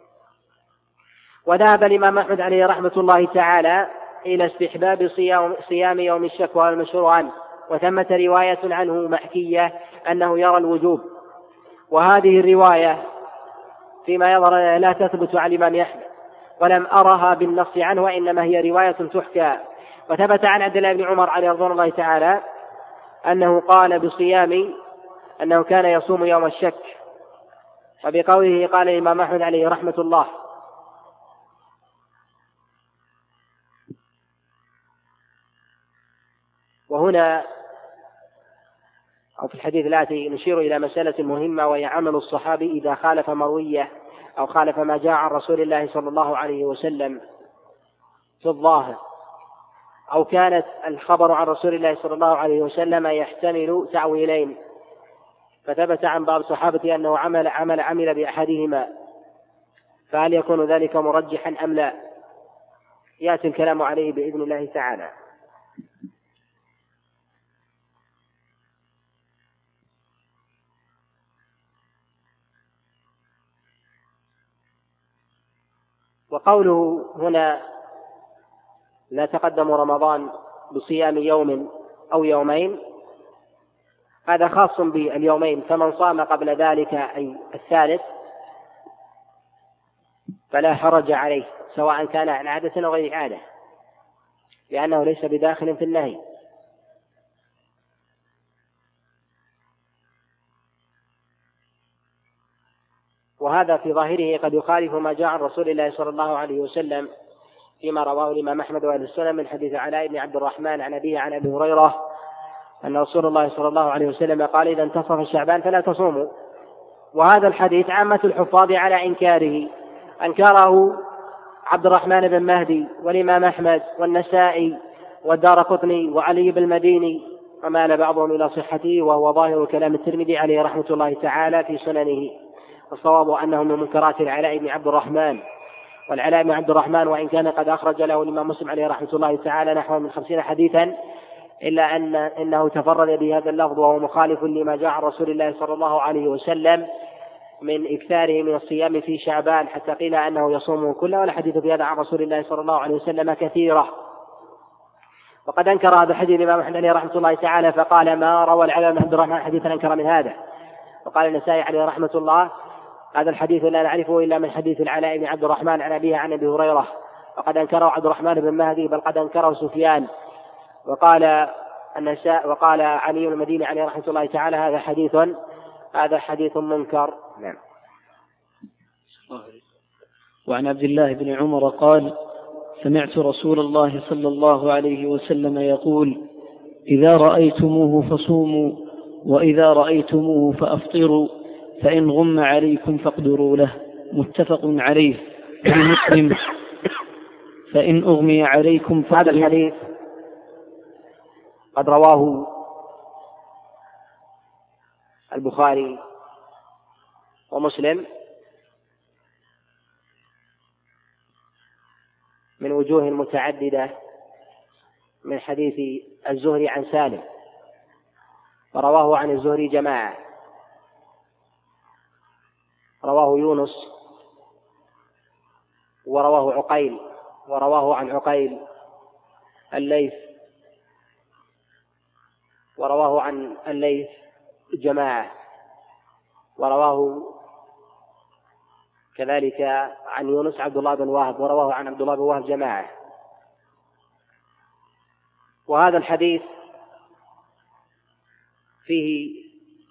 وذهب الإمام أحمد عليه رحمة الله تعالى إلى استحباب صيام يوم الشك، وهو المشهور عنه، وثمة رواية عنه محكية أنه يرى الوجوب، وهذه الرواية فيما يظهر لا تثبت عن الإمام أحمد، ولم أرها بالنص عنه، وإنما هي رواية تحكى. وثبت عن عبد الله بن عمر عليه رضوان الله تعالى أنه قال بصيام أنه كان يصوم يوم الشك، وبقوله قال الإمام أحمد عليه رحمة الله. وهنا أو في الحديث الآتي نشير إلى مسألة مهمة، وهي عمل الصحابي إذا خالف مروية أو خالف ما جاء عن رسول الله صلى الله عليه وسلم في الظاهر، أو كانت الخبر عن رسول الله صلى الله عليه وسلم يحتمل تأويلين، فثبت عن بعض الصحابة أنه عمل بأحدهما، فهل يكون ذلك مرجحا أم لا؟ يأتي الكلام عليه بإذن الله تعالى. وقوله هنا لا تقدم رمضان بصيام يوم أو يومين، هذا خاص باليومين، فمن صام قبل ذلك أي الثالث فلا حرج عليه، سواء كان عن عادة أو غير عادة، لأنه ليس بداخل في النهي. وهذا في ظاهره قد يخالف ما جاء عن رسول الله صلى الله عليه وسلم فيما رواه الإمام أحمد وأهل السنن من حديث علاء بن عبد الرحمن عن أبيه عن أبي هريرة أن رسول الله صلى الله عليه وسلم قال إذا انتصف شعبان فلا تصوموا. وهذا الحديث عامة الحفاظ على إنكاره، أنكره عبد الرحمن بن مهدي والإمام أحمد والنسائي والدارقطني وعلي بن المديني، ومال بعضهم إلى صحته، وهو ظاهر كلام الترمذي عليه رحمة الله تعالى في سننه. والصواب أنه من منكرات العلاء بن عبد الرحمن. والعلاء بن عبد الرحمن وإن كان قد أخرج له الإمام مسلم عليه رحمة الله تعالى نحو من 50 حديثا، إلا أنه تفرد بهذا اللفظ، وهو مخالف لما جاء عن رسول الله صلى الله عليه وسلم من إكثاره من الصيام في شعبان، حتى قيل أنه يصومه كله، والحديث في هذا عن رسول الله صلى الله عليه وسلم كثيرة. وقد أنكر هذا الحديث الإمام أحمد عليه رحمة الله تعالى، فقال ما روى العلاء بن عبد الرحمن حديثا أنكر من هذا. وقال النسائي عليه رحمة الله هذا الحديث لا نعرفه إلا من حديث العلاء بن عبد الرحمن عن أبيه عن أبي هريرة، وقد أنكره عبد الرحمن بن مهدي، بل قد أنكره سفيان. وقال علي بن المديني عليه رحمة الله تعالى هذا حديث منكر. نعم. وعن عبد الله بن عمر قال سمعت رسول الله صلى الله عليه وسلم يقول إذا رأيتموه فصوموا وإذا رأيتموه فأفطروا فإن غم عليكم فاقدروا له. متفق عليه. ولمسلم فإن أغمي عليكم فاقدروا. هذا الحديث قد رواه البخاري ومسلم من وجوه متعددة من حديث الزهري عن سالم، ورواه عن الزهري جماعة، رواه يونس ورواه عقيل، ورواه عن عقيل الليث، ورواه عن الليث جماعة، ورواه كذلك عن يونس عبد الله بن وهب، ورواه عن عبد الله بن وهب جماعة. وهذا الحديث فيه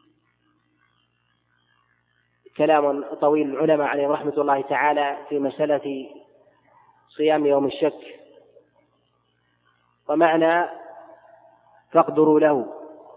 كلام طويل العلماء عليهم رحمة الله تعالى في مسألة صيام يوم الشك، ومعنى فاقدروا له.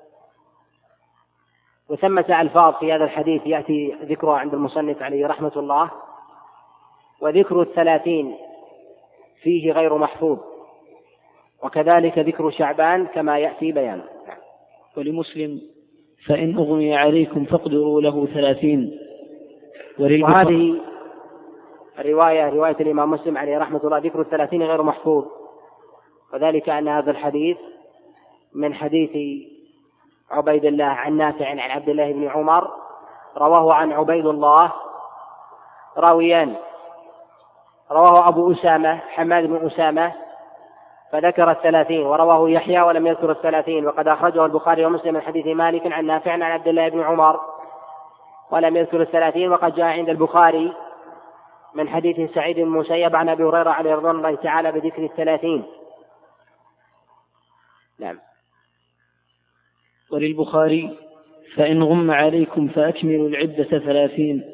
وثمة ألفاظ في هذا الحديث يأتي ذكرها عند المصنف عليه رحمة الله، وذكر 30 فيه غير محفوظ، وكذلك ذكر شعبان كما يأتي بيانه. ولمسلم فإن أغمي عليكم فاقدروا له 30. وهذه الرواية رواية الإمام مسلم عليه رحمة الله ذكر 30 غير محفوظ، وذلك أن هذا الحديث من حديث عبيد الله عن نافع عن عبد الله بن عمر، رواه عن عبيد الله راويان، رواه أبو أسامة حماد بن أسامة فذكر 30، ورواه يحيى ولم يذكر 30، وقد أخرجه البخاري ومسلم من حديث مالك عن نافع عن عبد الله بن عمر ولم يذكر 30، وقد جاء عند البخاري من حديث سعيد بن المسيب عن أبي هريرة عليه رضوان الله تعالى بذكر 30. نعم. وللبخاري: فإن غم عليكم فأكملوا العدة 30.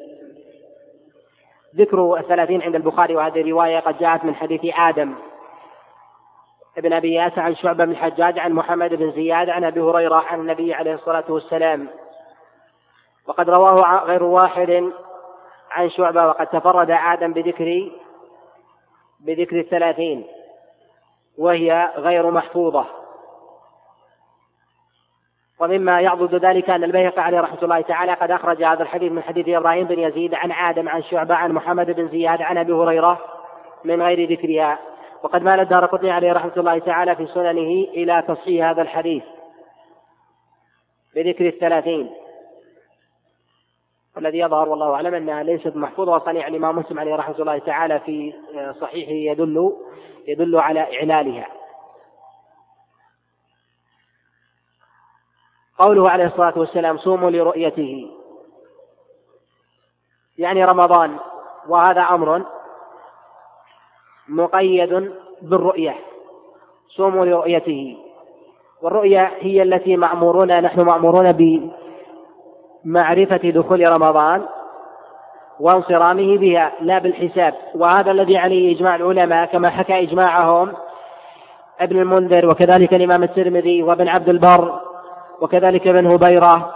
ذكر 30 عند البخاري، وهذه الرواية قد جاءت من حديث آدم ابن أبي ياسع عن شعبة بن الحجاج عن محمد بن زياد عن أبي هريرة عن النبي عليه الصلاة والسلام، وقد رواه غير واحد عن شعبة، وقد تفرد آدم بذكر 30 وهي غير محفوظة. ومما يعضد ذلك أن البيهقي عليه رحمة الله تعالى قد أخرج هذا الحديث من حديث إبراهيم بن يزيد عن آدم عن شعبة عن محمد بن زياد عن أبي هريرة من غير ذكرها. وقد مال الدارقطني عليه رحمة الله تعالى في سننه إلى تصحيح هذا الحديث بذكر 30، والذي يظهر والله أعلم أنها ليست محفوظة، وصنيع الإمام مسلم عليه رحمة الله تعالى في صحيحه يدل على إعلالها. قوله عليه الصلاة والسلام: صوموا لرؤيته، يعني رمضان، وهذا أمر مقيد بالرؤية. صوموا لرؤيته، والرؤية هي التي نحن مأمورون بمعرفة دخول رمضان وانصرامه بها لا بالحساب، وهذا الذي عليه إجماع العلماء كما حكى إجماعهم ابن المنذر وكذلك الإمام الترمذي وابن عبد البر وكذلك ابن هبيرة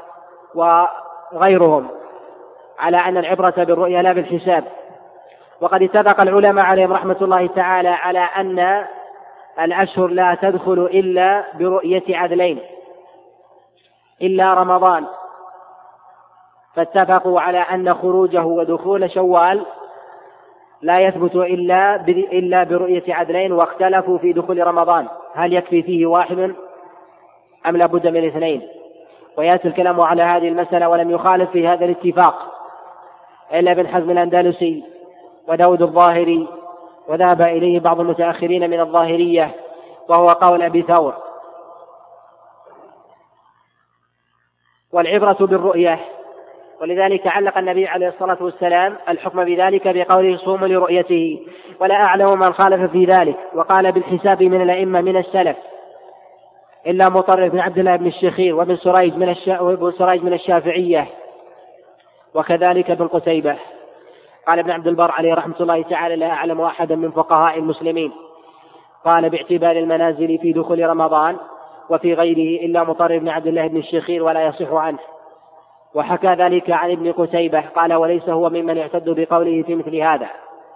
وغيرهم على أن العبرة بالرؤية لا بالحساب. وقد اتفق العلماء عليهم رحمة الله تعالى على أن الأشهر لا تدخل إلا برؤية عدلين إلا رمضان، فاتفقوا على أن خروجه ودخول شوال لا يثبت إلا برؤية عدلين، واختلفوا في دخول رمضان هل يكفي فيه واحد أم لا بد من 2. ويأتي الكلام على هذه المسألة، ولم يخالف في هذا الاتفاق إلا ابن حزم الأندلسي وداود الظاهري، وذهب إليه بعض المتأخرين من الظاهرية، وهو قول أبي ثور. والعبرة بالرؤية، ولذلك علق النبي عليه الصلاة والسلام الحكم بذلك بقوله: صوموا لرؤيته. ولا أعلم من خالف في ذلك وقال بالحساب من الأئمة من السلف إلا مطرف بن عبد الله بن الشخير وابن سريج من الشافعية، وكذلك ابن قتيبة. قال ابن عبد البر عليه رحمة الله تعالى: لا أعلم أحدا من فقهاء المسلمين قال باعتبار المنازل في دخول رمضان وفي غيره إلا مطرف بن عبد الله بن الشخير ولا يصح عنه. وحكى ذلك عن ابن قتيبة قال: وليس هو ممن يعتد بقوله في مثل هذا،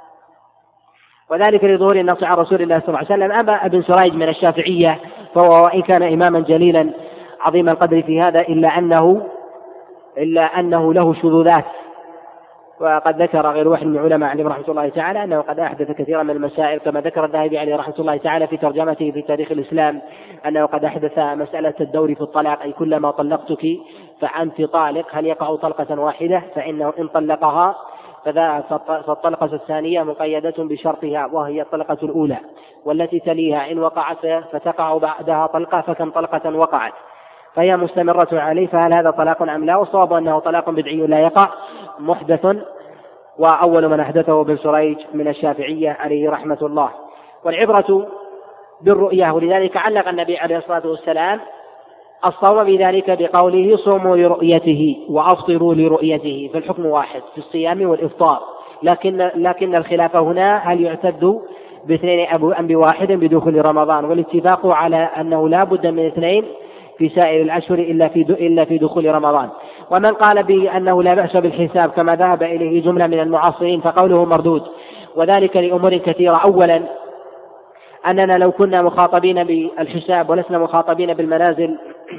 وذلك لظهور النص عن رسول الله صلى الله عليه وسلم. أما ابن سريج من الشافعية فهو وإن كان إماما جليلا عظيم القدر في هذا إلا أنه له شذوذات، وقد ذكر غير واحد من العلماء عليه رحمة الله تعالى أنه قد أحدث كثيرا من المسائل، كما ذكر الذهبي عليه رحمة الله تعالى في ترجمته في تاريخ الإسلام أنه قد أحدث مسألة الدور في الطلاق، أي كلما طلقتك فأنت طالق، هل يقع طلقة واحدة؟ فإنه إن طلقها فالطلقة الثانية مقيدة بشرطها وهي الطلقة الأولى، والتي تليها إن وقعت فتقع بعدها طلقة فكم طلقة وقعت، فهي مستمرة عليه، فهل هذا طلاق أم لا؟ والصواب أنه طلاق بدعي لا يقع، محدث، وأول من أحدثه ابن سريج من الشافعية عليه رحمة الله. والعبرة بالرؤية، ولذلك علق النبي عليه الصلاة والسلام الصوم بذلك بقوله: صوموا لرؤيته وأفطروا لرؤيته، فالحكم واحد في الصيام والإفطار، لكن الخلاف هنا هل يعتد باثنين أم بواحد بدخول رمضان، والاتفاق على أنه لا بد من 2 في سائر الأشهر إلا في دخول رمضان. ومن قال بأنه لا بأس بالحساب كما ذهب إليه جملة من المعاصرين فقوله مردود، وذلك لأمور كثيرة. أولا أننا لو كنا مخاطبين بالحساب ولسنا مخاطبين بالمنازل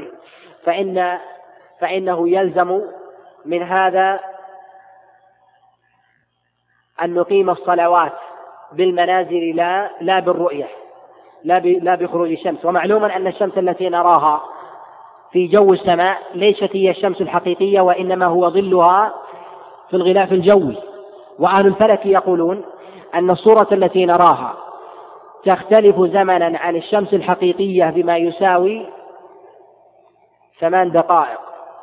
فإنه يلزم من هذا أن نقيم الصلوات بالمنازل لا بالرؤية، لا بخروج الشمس. ومعلوم أن الشمس التي نراها في جو السماء ليست هي الشمس الحقيقية، وإنما هو ظلها في الغلاف الجوي. وأهل الفلك يقولون أن الصورة التي نراها تختلف زمنا عن الشمس الحقيقية بما يساوي 8 دقائق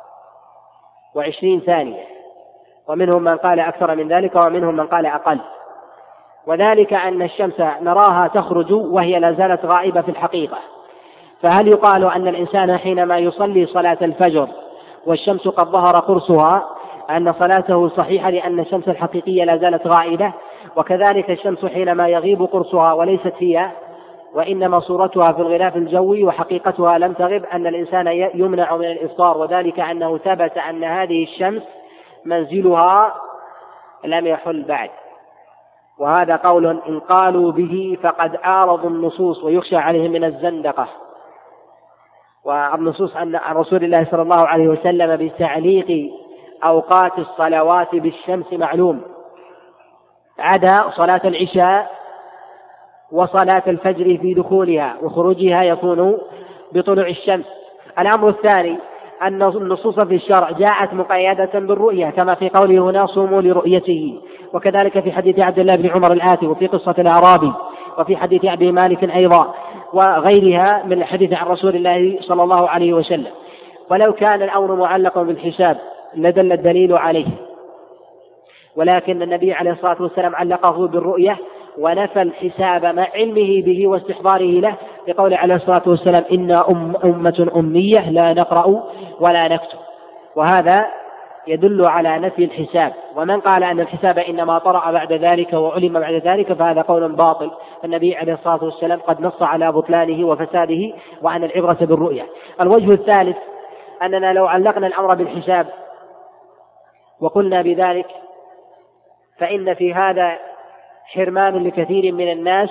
و20 ثانية، ومنهم من قال أكثر من ذلك ومنهم من قال أقل. وذلك أن الشمس نراها تخرج وهي لا زالت غائبة في الحقيقة، فهل يقال أن الإنسان حينما يصلي صلاة الفجر والشمس قد ظهر قرصها أن صلاته صحيحة لأن الشمس الحقيقية لا زالت غائبة، وكذلك الشمس حينما يغيب قرصها وليست هي وإنما صورتها في الغلاف الجوي وحقيقتها لم تغب أن الإنسان يمنع من الإفطار، وذلك أنه ثبت أن هذه الشمس منزلها لم يحل بعد. وهذا قول إن قالوا به فقد عارضوا النصوص ويخشى عليهم من الزندقة. والنصوص عن رسول الله صلى الله عليه وسلم بتعليق أوقات الصلوات بالشمس معلوم، عدا صلاة العشاء وصلاة الفجر في دخولها، وخروجها يكون بطلوع الشمس. الأمر الثاني أن النصوص في الشرع جاءت مقيدة بالرؤية كما في قوله هنا صوموا لرؤيته، وكذلك في حديث عبد الله بن عمر الآتي، وفي قصة الأعرابي، وفي حديث أبي مالك أيضا، وغيرها من الحديث عن رسول الله صلى الله عليه وسلم. ولو كان الأمر معلقا بالحساب لدل الدليل عليه، ولكن النبي عليه الصلاة والسلام علقه بالرؤية ونفى الحساب مع علمه به واستحضاره له، لقول عليه الصلاة والسلام إنا أمة أمية لا نقرأ ولا نكتب، وهذا يدل على نفي الحساب. ومن قال أن الحساب إنما طرأ بعد ذلك وعلم بعد ذلك فهذا قول باطل. النبي عليه الصلاة والسلام قد نص على بطلانه وفساده وأن العبرة بالرؤية. الوجه الثالث أننا لو علقنا الأمر بالحساب وقلنا بذلك فإن في هذا حرمان لكثير من الناس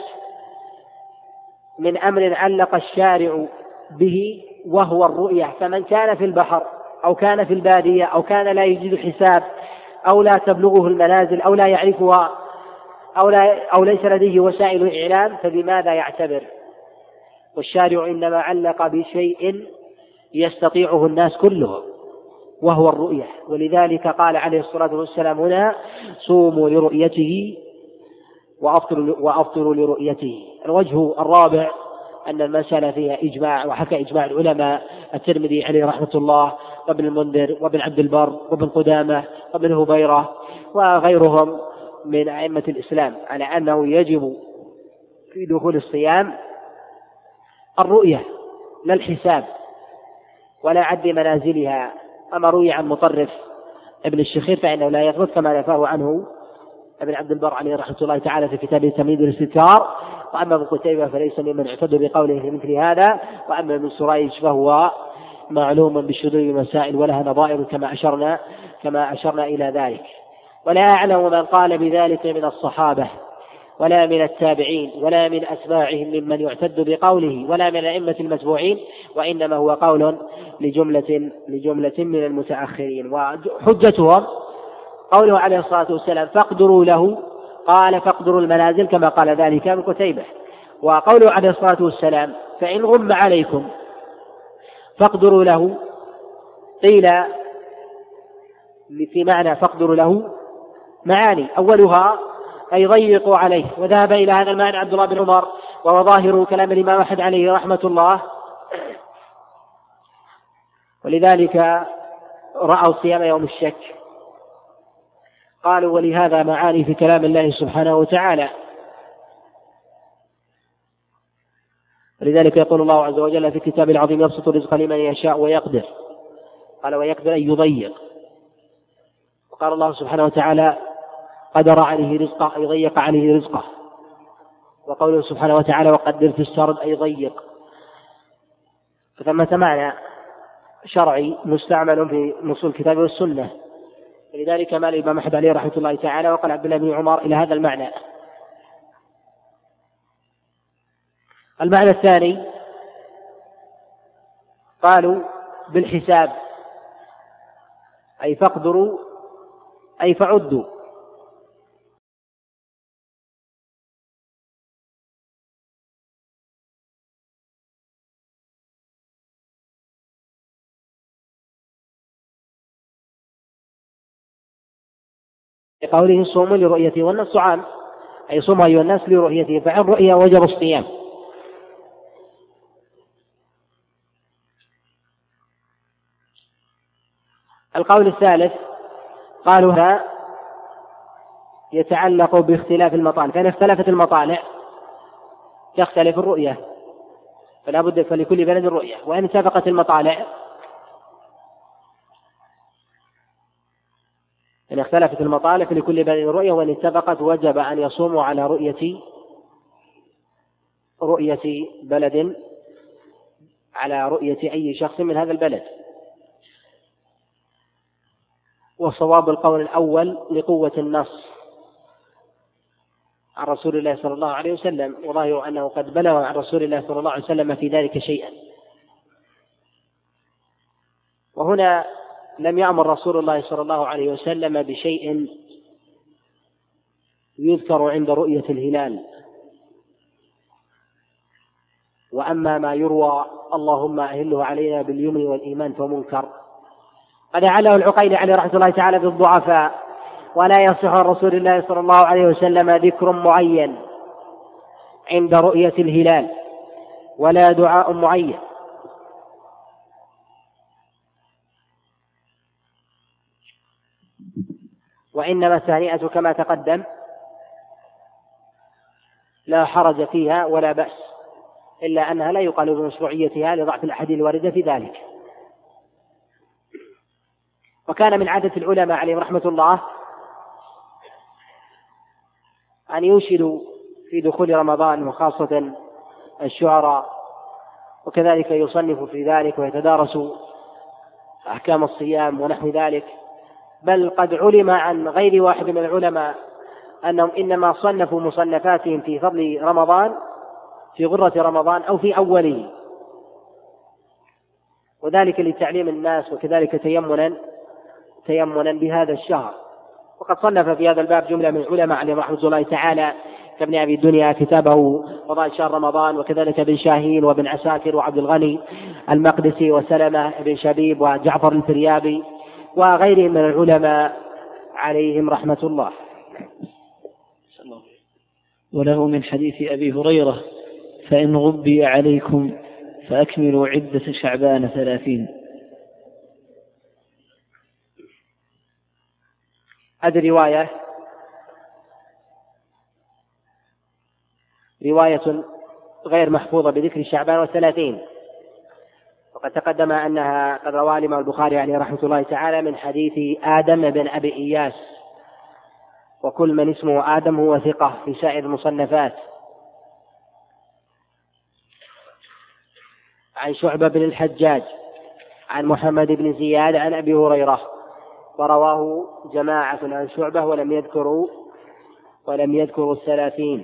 من أمر علق الشارع به وهو الرؤية. فمن كان في البحر أو كان في البادية أو كان لا يجد الحساب أو لا تبلغه المنازل أو لا يعرفها أو ليس لديه وسائل إعلام فبماذا يعتبر؟ والشارع إنما علق بشيء يستطيعه الناس كلهم وهو الرؤية، ولذلك قال عليه الصلاة والسلام هنا صوموا لرؤيته وأفطروا لرؤيته. الوجه الرابع أن المسألة فيها إجماع، وحكى إجماع العلماء الترمذي عليه رحمة الله وابن المنذر وابن عبد البر وابن قدامة وابن هبيرة وغيرهم من أئمة الإسلام على أنه يجب في دخول الصيام الرؤية لا الحساب ولا عد منازلها. أما روي عن مطرف ابن الشخير فإنه لا يثبت كما نفاه عنه ابن عبد البر عليه رحمة الله تعالى في كتابه تمهيد الاستذكار. وأما ابن قتيبة فليس ممن اعتد بقوله في مثل هذا. وأما ابن سريج فهو معلوم بالشذوذ مسائل ولها نظائر كما أشرنا إلى ذلك. ولا أعلم من قال بذلك من الصحابة ولا من التابعين ولا من أتباعهم ممن يعتد بقوله ولا من الأئمة المتبوعين، وإنما هو قول لجملة من المتأخرين. وحجتهم قوله عليه الصلاة والسلام فاقدروا له، قال فاقدروا المنازل كما قال ذلك ابن قتيبة. وقوله عليه الصلاة والسلام فإن غم عليكم فاقدروا له، قيل في معنى فاقدروا له معاني، أولها أي ضيقوا عليه، وذهب إلى هذا المعنى عبد الله بن عمر وهو ظاهر كلام الإمام أحمد عليه رحمة الله، ولذلك رأوا صيام يوم الشك. قالوا ولهذا معاني في كلام الله سبحانه وتعالى، ولذلك يقول الله عز وجل في كتابه العظيم يبسط الرزق لمن يشاء ويقدر، قال ويقدر أن يضيق. وقال الله سبحانه وتعالى قدر عليه رزقه أي ضيق عليه رزقه. وقوله سبحانه وتعالى وقدر في السرد أي ضيق. فثمة معنى شرعي مستعمل في نصوص الكتاب والسنة، لذلك مال الإمام أحمد عليه رحمة الله تعالى وقال عبد الله بن عمر إلى هذا المعنى. المعنى الثاني قالوا بالحساب أي فاقدروا أي فعدوا. قوله صوموا لرؤيته، والنص عام أي صوموا أيها الناس لرؤيته، فعن رؤية وجب الصيام. القول الثالث قالوا هذا يتعلق باختلاف المطالع، فإن اختلفت المطالع تختلف الرؤية، فلا بد فلكل بلد رؤية. وإن اتفقت المطالع، إن اختلفت المطالع فلكل بلد رؤية، وإن اتفقت وجب أن يصوموا على رؤية بلد، على رؤية أي شخص من هذا البلد. وصواب القول الأول لقوة النص عن رسول الله صلى الله عليه وسلم، وظاهر أنه قد بلغ عن رسول الله صلى الله عليه وسلم في ذلك شيئا. وهنا لم يأمر رسول الله صلى الله عليه وسلم بشيء يذكر عند رؤية الهلال. وأما ما يروى اللهم أهله علينا باليمن والإيمان فمنكر، قد أعله العقيلي عليه رحمة الله تعالى بالضعفاء، ولا يصح عن رسول الله صلى الله عليه وسلم ذكر معين عند رؤية الهلال ولا دعاء معين. وإنما التهنئة كما تقدم لا حرج فيها ولا بأس، إلا أنها لا يقال بمشروعيتها لضعف الأحاديث الواردة في ذلك. وكان من عادة العلماء عليهم رحمة الله أن ينشدوا في دخول رمضان، وخاصة الشعراء، وكذلك يصنفوا في ذلك ويتدارسوا أحكام الصيام ونحو ذلك. بل قد علم عن غير واحد من العلماء أنهم إنما صنفوا مصنفاتهم في فضل رمضان في غرة رمضان أو في أوله، وذلك لتعليم الناس وكذلك تيمنا بهذا الشهر. وقد صنف في هذا الباب جملة من العلماء عليهم رحمة الله تعالى كابن أبي الدنيا كتابه فضائل شهر رمضان، وكذلك ابن شاهين وابن عساكر وعبد الغني المقدسي وسلمة بن شبيب وجعفر الفريابي وغيرهم من العلماء عليهم رحمة الله. وله من حديث أبي هريرة فإن غبي عليكم فأكملوا عدة شعبان 30. هذه رواية غير محفوظة بذكر شعبان 30، وقد تقدم أنها قد روى الإمام البخاري عليه رحمة الله تعالى من حديث آدم بن أبي إياس، وكل من اسمه آدم هو ثقة في سائر المصنفات، عن شعبة بن الحجاج عن محمد بن زياد عن أبي هريرة، ورواه جماعة عن شعبة ولم يذكروا 30.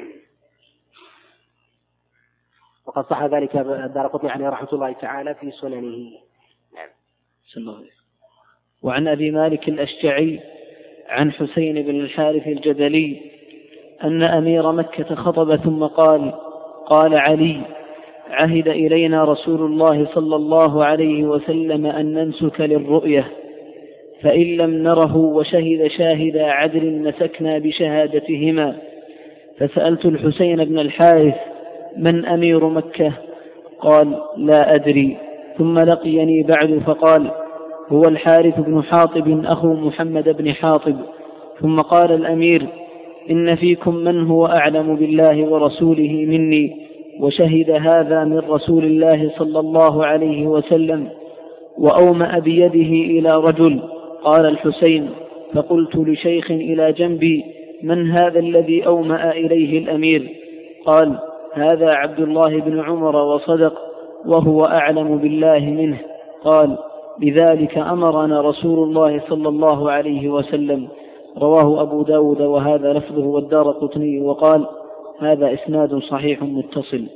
وقد صح ذلك الدارقطني عليه رحمة الله تعالى في سننه. نعم. وعن أبي مالك الأشجعي عن حسين بن الحارث الجدلي أن أمير مكة خطب ثم قال علي: عهد إلينا رسول الله صلى الله عليه وسلم أن ننسك للرؤية، فإن لم نره وشهد شاهد عدل مسكنا بشهادتهما. فسألت الحسين بن الحارث: من أمير مكة؟ قال: لا أدري. ثم لقيني بعد فقال: هو الحارث بن حاطب أخو محمد بن حاطب. ثم قال الأمير: إن فيكم من هو أعلم بالله ورسوله مني، وشهد هذا من رسول الله صلى الله عليه وسلم. وأومأ بيده إلى رجل. قال الحسين: فقلت لشيخ إلى جنبي: من هذا الذي أومأ إليه الأمير؟ قال: هذا عبد الله بن عمر، وصدق، وهو أعلم بالله منه. قال: بذلك أمرنا رسول الله صلى الله عليه وسلم. رواه أبو داود وهذا لفظه والدارقطني، وقال: هذا إسناد صحيح متصل.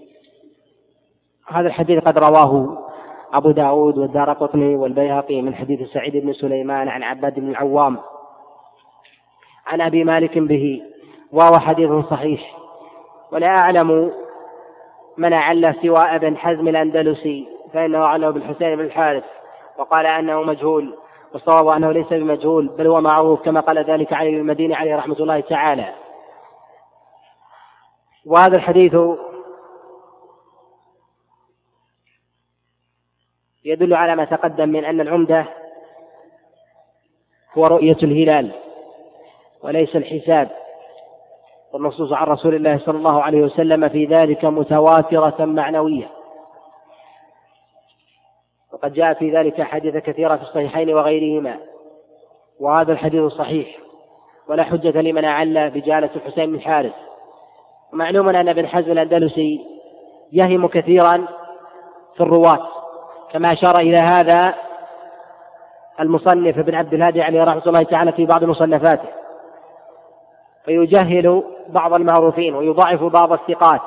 هذا الحديث قد رواه أبو داود والدارقطني والبيهقي من حديث سعيد بن سليمان عن عباد بن العوام عن أبي مالك به، وهو حديث صحيح. ولا أعلم من أعله سوى ابن حزم الأندلسي، فإنه أعله بالحسين بن الحارث وقال أنه مجهول، والصواب أنه ليس بمجهول بل هو معروف، كما قال ذلك علي المديني عليه رحمة الله تعالى. وهذا الحديث يدل على ما تقدم من أن العمدة هو رؤية الهلال وليس الحساب، والنصوص عن رسول الله صلى الله عليه وسلم في ذلك متواترة معنوية، وقد جاء في ذلك حديث كثيرة في الصحيحين وغيرهما، وهذا الحديث صحيح ولا حجة لمن أعل بجالة الحسين بن حارث. معلوم أن ابن حزم الأندلسي يهم كثيرا في الرواة، كما أشار إلى هذا المصنف ابن عبد الهادي عليه رحمة الله تعالى في بعض مصنفاته، فيجهل بعض المعروفين ويضعف بعض الثقات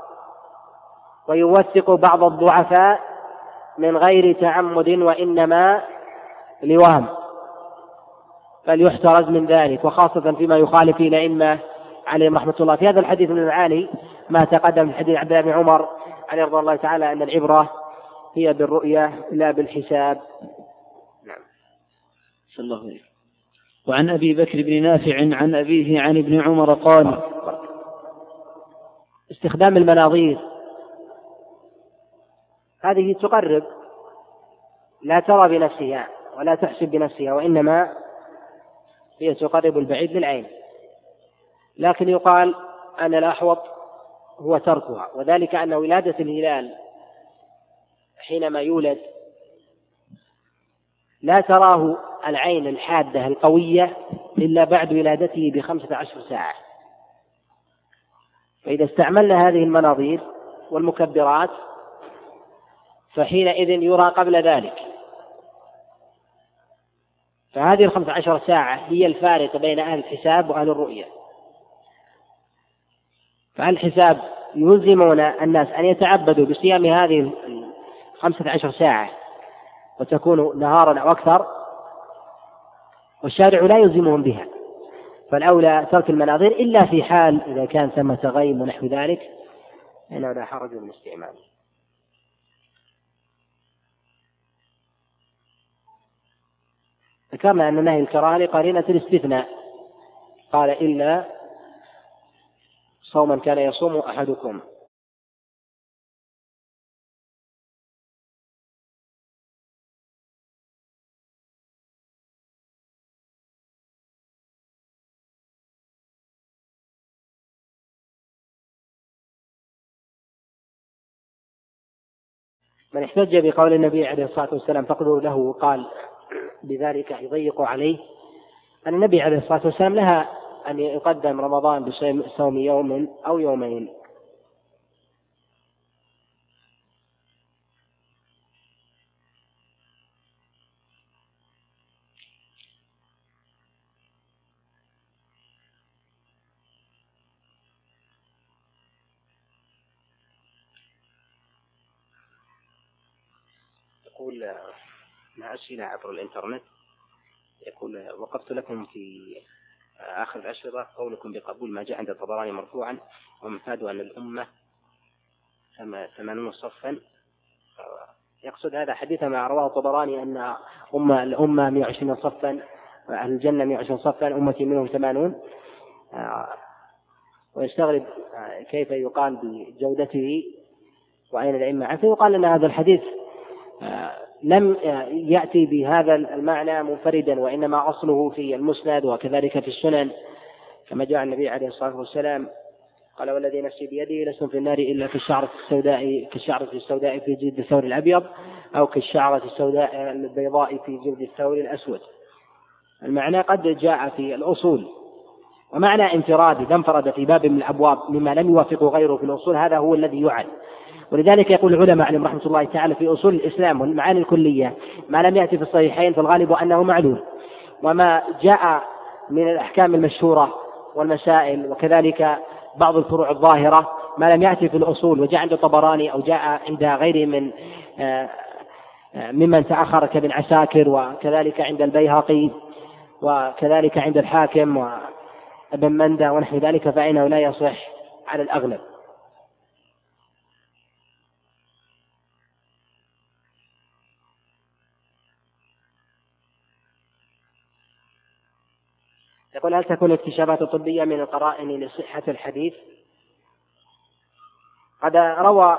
ويوثق بعض الضعفاء من غير تعمد وإنما لوهم، فليحترز من ذلك، وخاصة فيما يخالف الأئمة عليهم رحمة الله. في هذا الحديث من المعاني ما تقدم في حديث عبد الله بن عمر عليه رضي الله تعالى أن العبرة هي بالرؤية لا بالحساب. نعم. صلى الله عليه وسلم. وعن أبي بكر بن نافع عن أبيه عن ابن عمر قال: استخدام المناظير هذه تقرب، لا ترى بنفسها ولا تحسب بنفسها، وإنما هي تقرب البعيد للعين، لكن يقال أن الأحوط هو تركها، وذلك أن ولادة الهلال حينما يولد لا تراه العين الحادة القوية إلا بعد ولادته ب15 ساعة، فإذا استعملنا هذه المناظير والمكبرات فحينئذ يرى قبل ذلك. فهذه 15 ساعة هي الفارق بين أهل الحساب وأهل الرؤية. فأهل الحساب يلزمون الناس أن يتعبدوا بصيام هذه 15 ساعة وتكون نهارا أو أكثر، والشارع لا يلزمهم بها، فالأولى ترك المناظير إلا في حال إذا كان ثمة غيم ونحو ذلك فإنه لا حرج من استعماله. ذكرنا أن نهي الكراهة لقرينة الاستثناء، قال: إلا صوما كان يصوم أحدكم. من احتج بقول النبي عليه الصلاة والسلام فقدوا له قال بذلك يضيق عليه، أن النبي عليه الصلاة والسلام لها أن يقدم رمضان بصوم يوم أو يومين. يقول مع أسئلة عبر الإنترنت، يقول: وقفت لكم في آخر الأشرطة قولكم بقبول ما جاء عند الطبراني مرفوعا ومفاد أن الأمة 80 صفا، يقصد هذا حديث ما رواه الطبراني أن الأمة 120 صفا، أهل الجنة 120 صفا، أمتي منهم 80، ويستغرب كيف يقال بجودته وأين الأئمة عنه، فيقال أن هذا الحديث لم يأتي بهذا المعنى منفردا، وإنما أصله في المسند وكذلك في السنن، كما جاء النبي عليه الصلاة والسلام قال: والذي نفسي بيده لستم في النار إلا كالشعرة السوداء في جلد الثور الأبيض، أو كالشعرة السوداء البيضاء في جلد الثور الأسود. المعنى قد جاء في الأصول، ومعنى انفراد إذا انفرد في باب من الأبواب مما لم يوافقه غيره في الأصول هذا هو الذي يعد. ولذلك يقول العلماء عليهم رحمة الله تعالى في أصول الإسلام والمعاني الكلية: ما لم يأتي في الصحيحين فالغالب أنه معلول، وما جاء من الأحكام المشهورة والمسائل وكذلك بعض الفروع الظاهرة ما لم يأتي في الأصول وجاء عند الطبراني أو جاء عند غيره ممن تأخر كابن عساكر، وكذلك عند البيهقي، وكذلك عند الحاكم وابن مندى ونحو ذلك، فإنه لا يصح على الأغلب. يقول: هل تكون اكتشافات طبية من القرائن لصحة الحديث؟ قد روى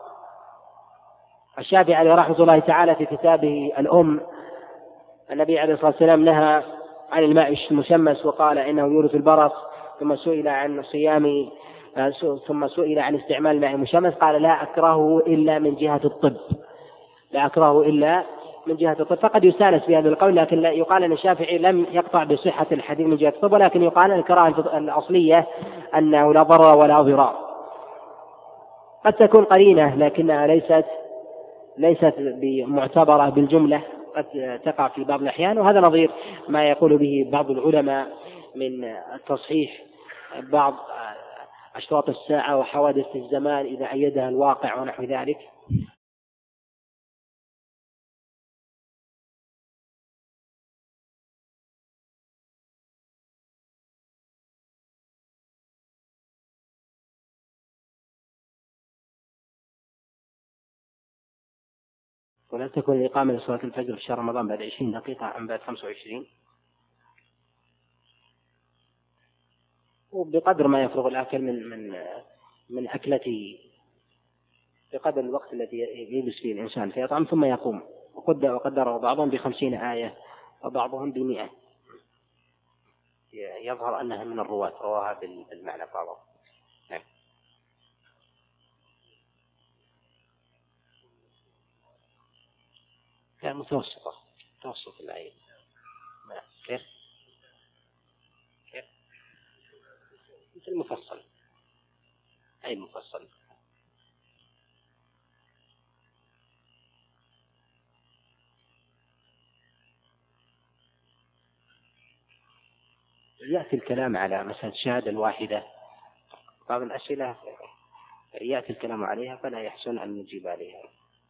الشافعي عليه رحمة الله تعالى في كتابه الأم النبي عليه الصلاة والسلام نهى عن الماء المشمس وقال إنه يورث البرص، ثم سئل عن صيام ثم سئل عن استعمال الماء المشمس قال لا أكرهه إلا من جهة الطب، لا أكرهه إلا من جهة الطب. فقد يستانس بهذا القول، لكن لا يقال أن الشافعي لم يقطع بصحة الحديث من جهة الطب، ولكن يقال الكراهة الأصلية أنه لا ضرر ولا ضرار. قد تكون قرينة لكنها ليست بمعتبرة بالجملة، قد تقع في بعض الأحيان، وهذا نظير ما يقول به بعض العلماء من التصحيح بعض أشواط الساعة وحوادث الزمان إذا أيدها الواقع ونحو ذلك. ولا تكون الإقامة لصلاة الفجر في شهر رمضان بعد 20 دقيقة أم بعد 25، وبقدر ما يفرغ الآكل من أكلته، بقدر الوقت الذي يجلس فيه الإنسان فيطعم ثم يقوم. وقدره بعضهم ب50 آية وبعضهم ب100، يظهر أنها من الرواة رواها بالمعنى بعضهم. نعم. كان متوسط الآية. كيف مثل المفصل، أي مفصل. يأتي الكلام على مسألة الشهادة الواحدة، بعض الأسئلة يأتي الكلام عليها فلا يحسن أن نجيب عليها.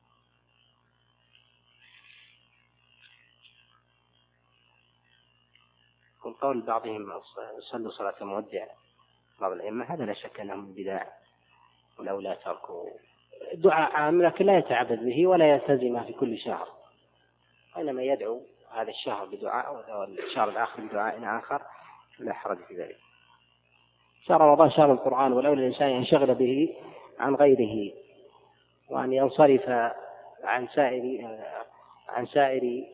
والقول بعضهم صلوا صلاة المودع بعض الأئمة، هذا لا شك أنه من بدع، ولو لا تركوا الدعاء عام لكن لا يتعبد به ولا يلتزمه في كل شهر، وإنما يدعو هذا الشهر بدعاء والشهر الآخر بدعاء آخر، لا حرج في ذلك. شهر رمضان شهر القرآن، ولولا الإنسان ينشغل به عن غيره وأن ينصرف عن سائر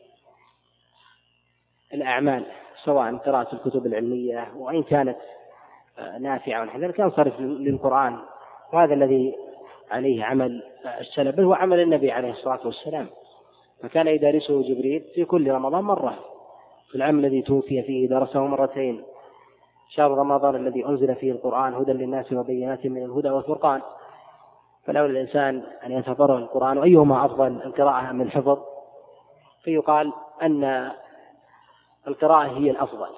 الأعمال سواء قراءة الكتب العلمية وإن كانت نافعة ونحو ذلك، ينصرف للقرآن. وهذا الذي عليه عمل السلف، بل هو عمل النبي عليه الصلاة والسلام، فكان يدرسه جبريل في كل رمضان مرة، في العام الذي توفي فيه درسه مرتين. شهر رمضان الذي أنزل فيه القرآن هدى للناس وبينات من الهدى والفرقان، فلولا الإنسان أن يتفرغ القرآن، وأيهما أفضل القراءة من الحفظ، فيقال أن القراءة هي الأفضل،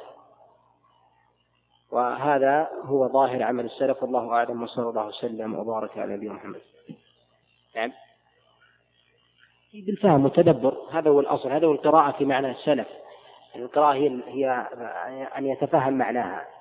وهذا هو ظاهر عمل السلف، والله أعلم، وصلى الله وسلم وبارك على نبينا محمد. نعم، بالفهم والتدبر، هذا هو الأصل، هذا هو القراءة في معنى السلف. القراءة هي أن يتفهم معناها.